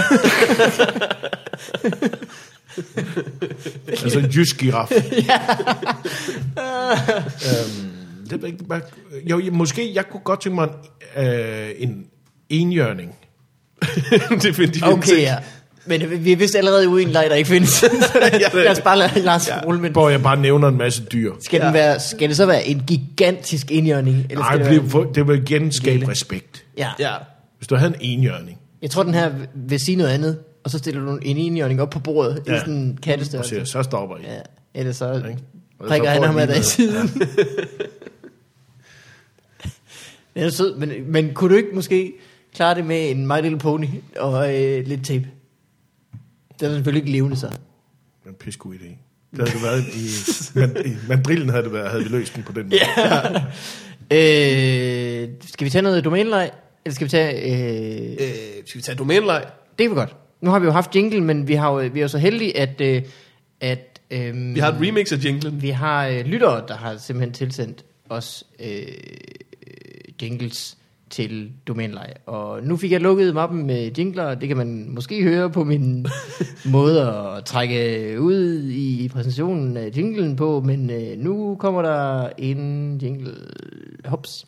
Altså en jysk giraf. øhm, det ved jeg ikke, bare- jo, måske jeg kunne godt tænke mig en, øh, en enhjørning. Definitivt. Okay, ja. Men vi er vist allerede ude i en leg, der ikke findes. Lad os bare lade Lars rulle med. Hvor jeg bare nævner en masse dyr. Skal, den være, skal det så være en gigantisk indjørning? Eller Nej, skal det, det, vil- være, det vil igen skabe lille? respekt. ja. Ja. Hvis du havde en enhjørning. Jeg tror, den her vil sige noget andet, og så stiller du en indjørning op på bordet ja. i sådan en kattestørrelse. Så, så stopper I. Ja. Ellers så Ikke? Og prikker så han får ham I af dig i noget. siden. Den er sød, men, men kunne du ikke måske klare det med en My Little Pony og øh, lidt tape? Det er selvfølgelig ikke levende så. Det er en pissegod idé. Det havde det været i, man, i mandrillen havde det været, havde vi løst den på den måde. Øh, skal vi tage noget domæneleg? Eller skal vi tage... Øh, Øh, skal vi tage domæneleg? det kan vi godt. Nu har vi jo haft jingle, men vi, har jo, vi er jo så heldige, at... Øh, at øh, Vi har et remix af jinglen. Vi har øh, lyttere, der har simpelthen tilsendt os øh, jingles til domæneleje. Og nu fik jeg lukket mappen med jingler, det kan man måske høre på min måde at trække ud i præsentationen af jinglen på, men øh, nu kommer der en jingle. Hops.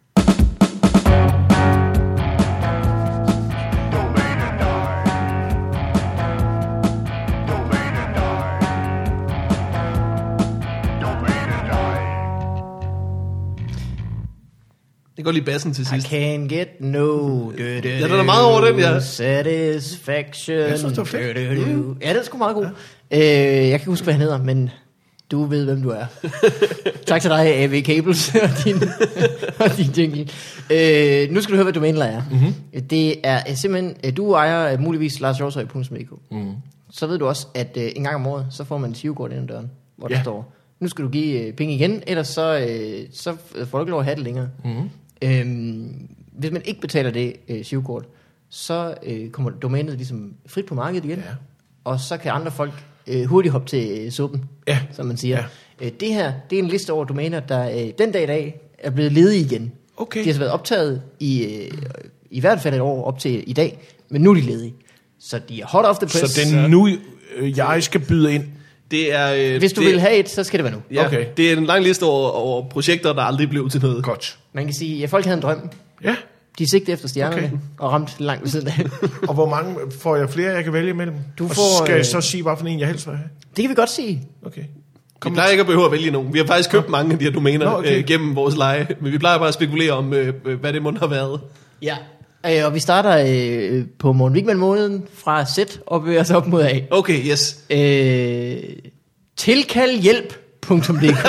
Det går lige bassen til I sidst. can't get no ja, den er meget over den, ja. Satisfaction. Jeg synes, det var fedt. Mm. Ja, den er sgu meget god. Ja. Øh, jeg kan ikke huske, hvad han hedder, men du ved, hvem du er. Tak til dig, A V Cables, og din, og din jingle. Øh, nu skal du høre, hvad domæneleg er. Mm-hmm. Det er simpelthen, du ejer muligvis lars hjortshøj punktum d k. Mm. Så ved du også, at øh, en gang om året, så får man en sivekort ind ad døren, hvor der Ja. står, nu skal du give øh, penge igen, ellers så, øh, så får du ikke lov at have det længere. Mm. Øhm, hvis man ikke betaler det øh, sivekort, så øh, kommer domænet ligesom frit på markedet igen, Ja. og så kan andre folk øh, hurtigt hoppe til øh, suppen, Ja. som man siger. Ja. Øh, det her, det er en liste over domæner, der øh, den dag i dag er blevet ledige igen. Okay. De har så været optaget i, øh, i hvert fald et år op til i dag, men nu er de ledige. Så de er hot off the press. Så det er nu, øh, jeg skal byde ind. Det er, øh, Hvis du det, vil have et, så skal det være nu. Ja, Okay. okay. Det er en lang liste over, over projekter, der aldrig blev til noget. Godt. Man kan sige, at folk havde en drøm. Ja. De sigtede efter stjernerne, Okay. og ramte langt ved siden af. Og hvor mange får jeg flere, jeg kan vælge imellem? Du og får, skal jeg øh, så sige, hvad for en jeg helst vil have? Det kan vi godt sige. Okay. Vi plejer ikke at behøve at vælge nogen. Vi har faktisk købt mange af de her domæner Nå, okay. øh, gennem vores leje, men vi plejer bare at spekulere om, øh, øh, hvad det må have været. Ja. Øh, og vi starter øh, på Morten Wigman-måneden fra Z og bevæger os op mod A. Okay, yes. Øh, tilkald hjælp punktum d k.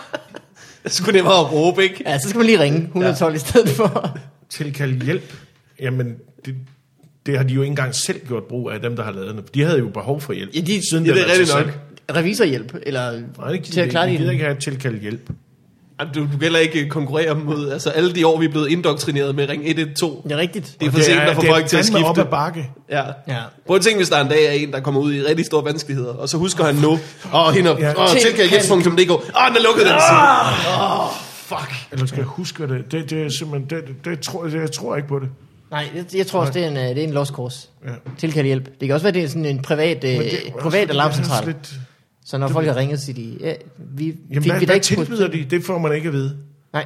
Det skulle nemmere at råbe, ikke? Ja, så skal man lige ringe et et tolv ja. i stedet for. Tilkald hjælp. Jamen, det, det har de jo ikke engang selv gjort brug af, dem der har lavet det. De havde jo behov for hjælp. Ja, de- siden ja, det er var til rigtigt salg. nok. Revisorhjælp, eller Nej, det, til at klare de, de gider din... ikke have tilkald hjælp. Jamen, Du, du kan heller ikke konkurrere mod, altså alle de år, vi er blevet indoktrineret med ring et et to. Det er rigtigt. Det er for sent at få folk til at fandme op skifte. ad bakke. Ja. Ja. Prøv at tænke, hvis der en dag er en, der kommer ud i rigtig store vanskeligheder, og så husker han nu, åh, oh, hende, Ja. åh, oh, tilkald hjælp punktum d k. Åh, oh, den er lukket, den side. Åh, oh, fuck. Eller skal jeg huske det? Det, det er simpelthen, det, det, det, tror, det, jeg tror ikke på det. Nej, jeg, jeg tror også, det er en, øh, det er en lost course. Ja. Tilkald hjælp. Det kan også være, det er sådan en privat, øh, Men det er også privat fordi, alarmcentral. jeg har Lidt... Så når folk har ringet, siger de, ja, vi Jamen, fik hvad, vi da hvad ikke... tilbyder de? Det får man ikke at vide. Nej,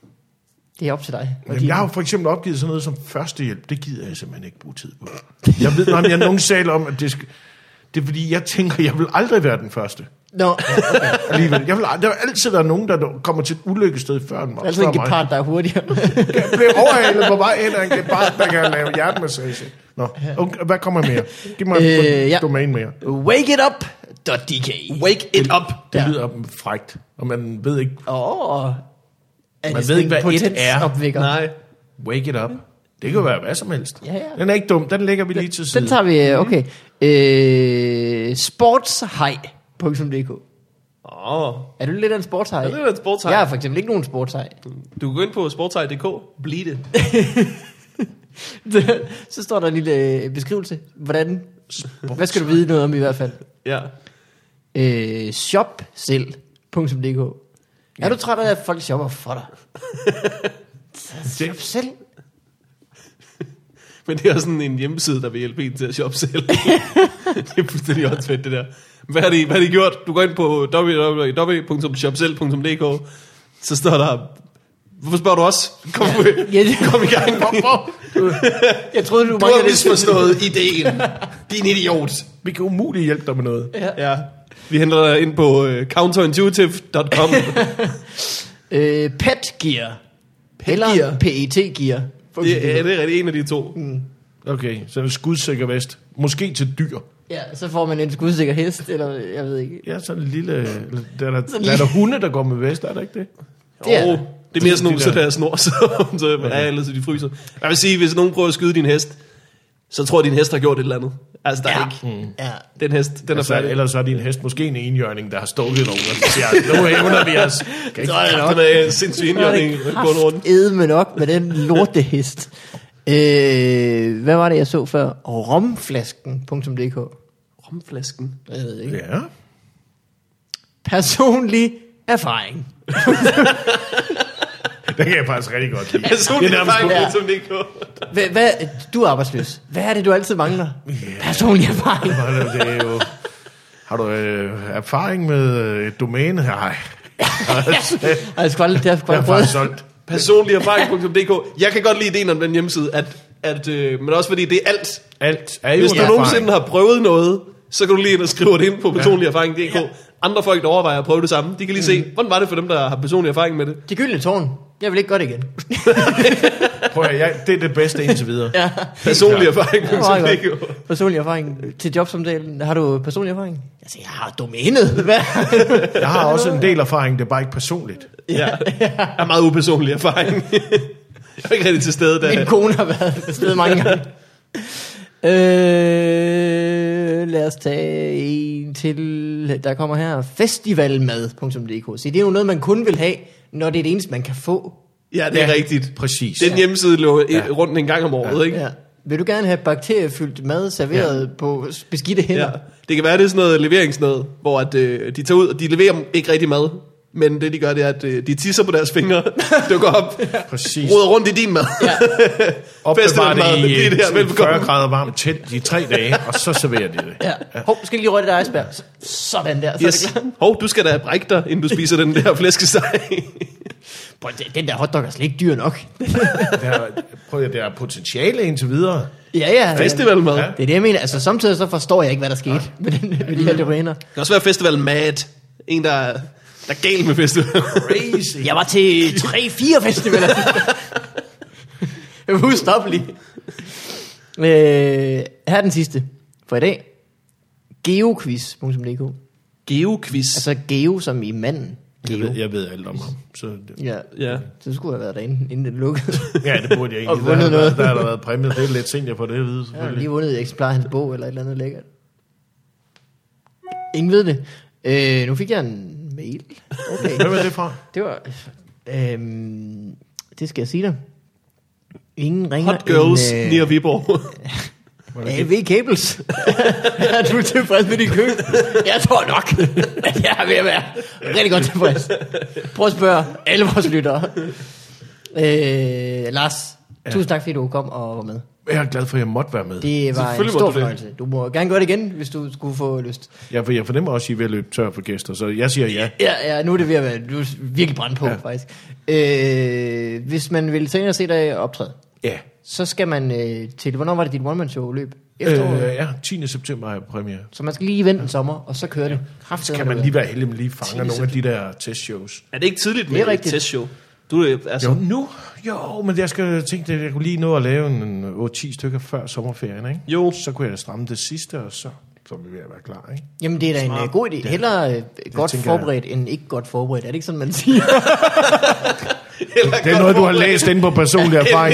det er op til dig. Jamen, jeg har jo for eksempel opgivet sådan noget som førstehjælp. Det gider jeg simpelthen ikke bruge tid på. Jeg ved, når jeg nogen sagde om, at det, skal, det er fordi, jeg tænker, jeg vil aldrig være den første. Nå, okay. Alligevel. Jeg vil, der vil altid være nogen, der kommer til et ulykkested før en mig. Altså en gepard, der er hurtigere. Jeg bliver overhalet på vej ind af en gepard, der kan lave hjertemassage. Nå, okay, hvad kommer mere? Giv mig Øh, en ja. domæne mere. Wake it up dot d k. Wake it up. Det Ja. lyder frækt, og man ved ikke, Åh, oh, Man ved ikke, hvad et er. Opvækker. Nej. wake it up. Det kan jo være hvad som helst. Ja, ja. Den er ikke dum, den lægger vi lige til side. Den tager vi, okay. Øh, sportshej punktum d k. Åh. Oh. Er du lidt af en sportshej? Er du lidt af en sportshej? Jeg har for eksempel ikke nogen sportshej. Du kan gå ind på sportshej punktum d k. Bliv det. Så står der en lille øh, beskrivelse. Hvordan? Hvad skal du vide noget om i hvert fald? Ja. Øh, shop selv punktum d k. Er du træt af, at folk shopper for dig? Shop selv? Men det er også sådan en hjemmeside, der vil hjælpe en til at shoppe selv. Det er fuldstændig åndssvagt, det der. Hvad har de, hvad har de gjort? Du går ind på w w w punktum shop selv punktum d k. Så står der... Hvorfor spørger du også? Kom, Ja, det- kom i gang. Jeg troede, du Du manglede har lidt. misforstået ideen. Din idiot. Vi kan umuligt hjælpe dig med noget. Ja. Vi henter dig ind på uh, counterintuitive punktum com. Øh, pet gear. Eller Gear. P E T gear. Det er, det er rigtig en af de to. Okay, så en skudsikker vest. Måske til dyr. Ja, så får man en skudsikker hest, eller jeg ved ikke. Ja, sådan en lille... Der er der, Sådan der, er der hunde, der går med vest, er der ikke det? Det er Jo, der. det er mere sådan nogle, De så der- der er snor, så, så ja, ellers så de fryser. Jeg vil sige, hvis nogen prøver at skyde din hest, så tror jeg, din hest har gjort et eller andet. Altså, der er ikke... Ja. Den hest, den er Altså, færdig. ellers så er din hest måske en enhjørning, der har stukket nogen, og de siger, nu hævner vi os. Kan ikke Så er det nok. Den er sindssygt indjørning, gående rundt. Edme nok med den lortehest. Øh, hvad var det, jeg så før? Romflasken punktum d k. Romflasken. Jeg ved ikke. Ja. Personlig erfaring. Det kan jeg faktisk rigtig godt lide. Personlig Det er nærmest erfaring, Ja. som det går. Hvad, hvad, du er arbejdsløs. Hvad er det, du altid mangler? Personlig erfaring. Det er jo... Har du øh, erfaring med øh, et domæne? Nej. Jeg skulle aldrig, det har jeg sgu Jeg har aldrig prøvet. faktisk solgt. Personlig erfaring punktum d k. Jeg kan godt lide ideen om den hjemmeside, at, at, øh, men også fordi det er alt. Alt er jo Hvis en du erfaring. nogensinde har prøvet noget, så kan du lige ind og skrive det ind på personlig erfaring punktum d k. Andre folk, der overvejer at prøve det samme, de kan lige se, hvordan var det for dem, der har personlig erfaring med det. Det gyldne tårn. Jeg vil ikke godt igen. Prøv at, jeg, det er det bedste indtil videre. Ja. Personlig erfaring Det var punktum d godt. k. Personlig erfaring til jobsamtalen. Har du personlig erfaring? Jeg siger, jeg har domænet. Hvad? Jeg har også en del erfaring, det er bare ikke personligt. Ja, jeg har meget upersonlig erfaring. Jeg er ikke rigtig til stede, da... Min kone har været til stede mange gange. Øh, lad os tage en til, der kommer her, festivalmad punktum d k. Se, det er jo noget, man kun vil have, når det er det eneste, man kan få. Ja, det er Ja, rigtigt. præcis. Den hjemmeside lå ja. rundt en gang om året, ikke? Ja. Vil du gerne have bakteriefyldt mad serveret ja. på beskidte hænder? Ja. Det kan være, det er sådan noget leveringsnød, hvor at, øh, de tager ud, og de leverer ikke rigtig mad. Men det, de gør, det er, at øh, de tisser på deres fingre, dukker op, Præcis. roder rundt i din mad. Ja. Opbevarer Festivalmad, det i det er det her, et velbekomme. fyrre grader varmt telt i tre dage, og så serverer de det. Ja. Hov, skal jeg lige røre det der iceberg? Så- Sådan der, så Yes. er det klart. Hov, du skal da brække dig, inden du spiser den der flæskesteg. Prøv, den- den der hotdog er slet ikke dyr nok. Det er, prøv at, det er potentiale indtil videre. Ja, ja. Festivalmad. Ja. Ja. Det er det, jeg mener. Altså, samtidig så forstår jeg ikke, hvad der skete med, den, med de her domæner. Det kan også være festivalmad. En, der, er- der er gal med festival. Crazy. Jeg var til tre fire festivaler. Jeg var ustoppelig. Øh, her er den sidste for i dag. geoquiz punktum d k. Geoquiz. Altså geo som i manden. Jeg Geo. ved, jeg ved alt om ham. Så det, Ja. Ja. Så skulle jeg have været derinde, inden den lukkede. ja, det burde jeg Og egentlig. vundet Der, noget. der, der har der været præmie. Det er lidt senior på det at vide, Jeg har selvfølgelig. lige vundet et eksemplar af hans bog, eller et eller andet lækkert. Ingen ved det. Øh, nu fik jeg en mail. Okay. Hvem er det fra? Det var... Øhm, det skal jeg sige dig. Ingen ringer Hot girls en, øh, near Viborg. A V Cables. Er du tilfreds med din køb? Jeg tror nok, at jeg er ved at være rigtig godt tilfreds. Prøv at spørge alle vores lyttere. Øh, Lars, ja. tusind tak fordi du kom og var med. Jeg er glad for, at jeg måtte være med. Det var en Selvfølgelig stor må du det. fornøjelse. Du må gerne gøre det igen, hvis du skulle få lyst. Ja, for jeg fornemmer også, at I er ved at løbe tør for gæster, så jeg siger ja. Ja, ja, nu er det ved at være, du er virkelig brændt på, ja. faktisk. Øh, hvis man vil tage ind og se dig optræde, Ja. så skal man øh, til, hvornår var det dit one-man-show løb? Efteråret. Øh, ja, tiende september er premiere. Så man skal lige vente en sommer, og så kører det. Så kan man lige være heldig, at man lige fanger nogle af de der testshows. Er det ikke tidligt med Det er et rigtigt. testshow? Du, er- altså, Jo, nu? Jo, men jeg skal tænke, at jeg kunne lige nå at lave en otte ti stykker før sommerferien, ikke? Jo. Så kunne jeg stramme det sidste, og så, så vil jeg være klar, ikke? Jamen, det er da en uh, god idé. Hellere uh, godt tænker jeg. forberedt, end ikke godt forberedt. Er det ikke sådan, man siger? Det er noget, du har læst inde på personlig erfaring.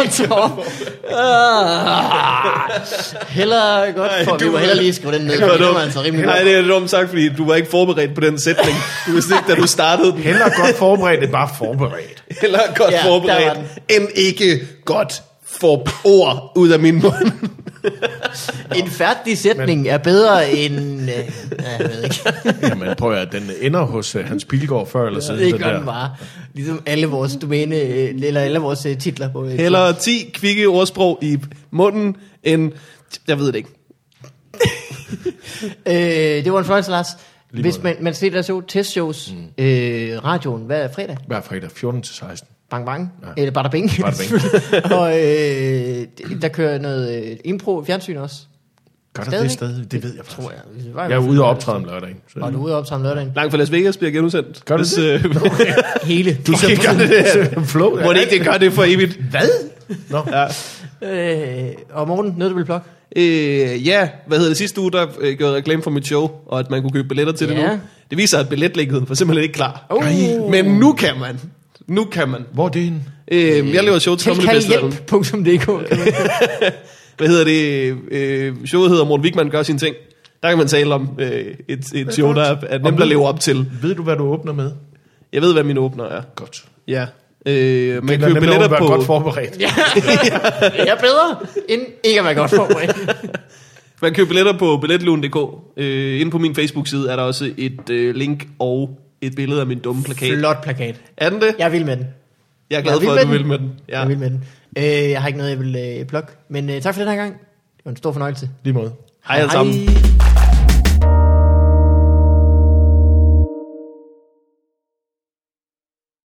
Hellere godt for... Vi må hellere lige skrive den ned. Det var Det var dumt. altså rimelig Nej, godt. det er dumt sagt, fordi du var ikke forberedt på den sætning. Du vidste ikke, da du startede den. Heller godt forberedt, end bare forberedt. Eller godt Ja, ja, der var forberedt, den. end ikke godt for ord ud af min mund. En færdig sætning er bedre end... Uh, ja, jeg ved ikke. Jamen prøv at den ender hos uh, Hans Pilgaard før eller siden. Det den gør der. den bare. Ligesom alle vores domæne, øh, eller alle vores uh, titler på... Uh, Heller ti kvikke ordsprog i munden, end... Jeg ved det ikke. øh, det var en fornøjelse, Lars. Lige Hvis måde. man, man ser der så testshows, mm. øh, radioen, hvad er fredag? Hver fredag fjorten til seksten. Bang bang. Ja. Ja. Eller bada bing. Bada bing. Og øh, der kører noget øh, impro fjernsyn også. Gør der Stadigvæk? det stadig? Det ved jeg Tror faktisk. jeg. Det var i Jeg er hvert fald- ude og optræde om lørdagen. Så. Og du er ude og optræde om lørdagen. Langt fra Las Vegas bliver genudsendt. Gør det Hvis, det? øh, Hele. Du Okay, gør det det? Flow, Må det ikke det gør det for evigt? Hvad? Nå. Ja. Øh, og Morten, noget du vil plukke? Øh, ja, hvad hedder det sidste uge, der øh, gjorde jeg reklame for mit show, og at man kunne købe billetter til Ja. det nu. Det viser, at billetlægget var simpelthen ikke klar. Uh. Men nu kan man. Nu kan man. Hvor er det en? Øh, jeg laver show til Comedy Festivalen. Tilkaldhjælp punktum d k. Hvad hedder det? Øh, showet hedder Morten Wigman gør sine ting. Der kan man tale om øh, et, et show, der er, er nemt at leve op til. Ved du, hvad du åbner med? Jeg ved, hvad min åbner er. Godt. Ja. Øh, man Man køber kan billetter være på... godt forberedt. Ja. Jeg er bedre, end ikke at være godt forberedt. Man køber billetter på billetlugen punktum d k. Øh, inde på min Facebook-side er der også et øh, link og et billede af min dumme plakat. Flot plakat. Er den det? Jeg vil med den. Jeg er glad Jeg vil for, med at du den. vil med den. Ja. Jeg vil med den. Øh, jeg har ikke noget, jeg vil øh, plukke. Men øh, tak for den her gang. Det var en stor fornøjelse. Lige måde. Hej alle sammen. Hej.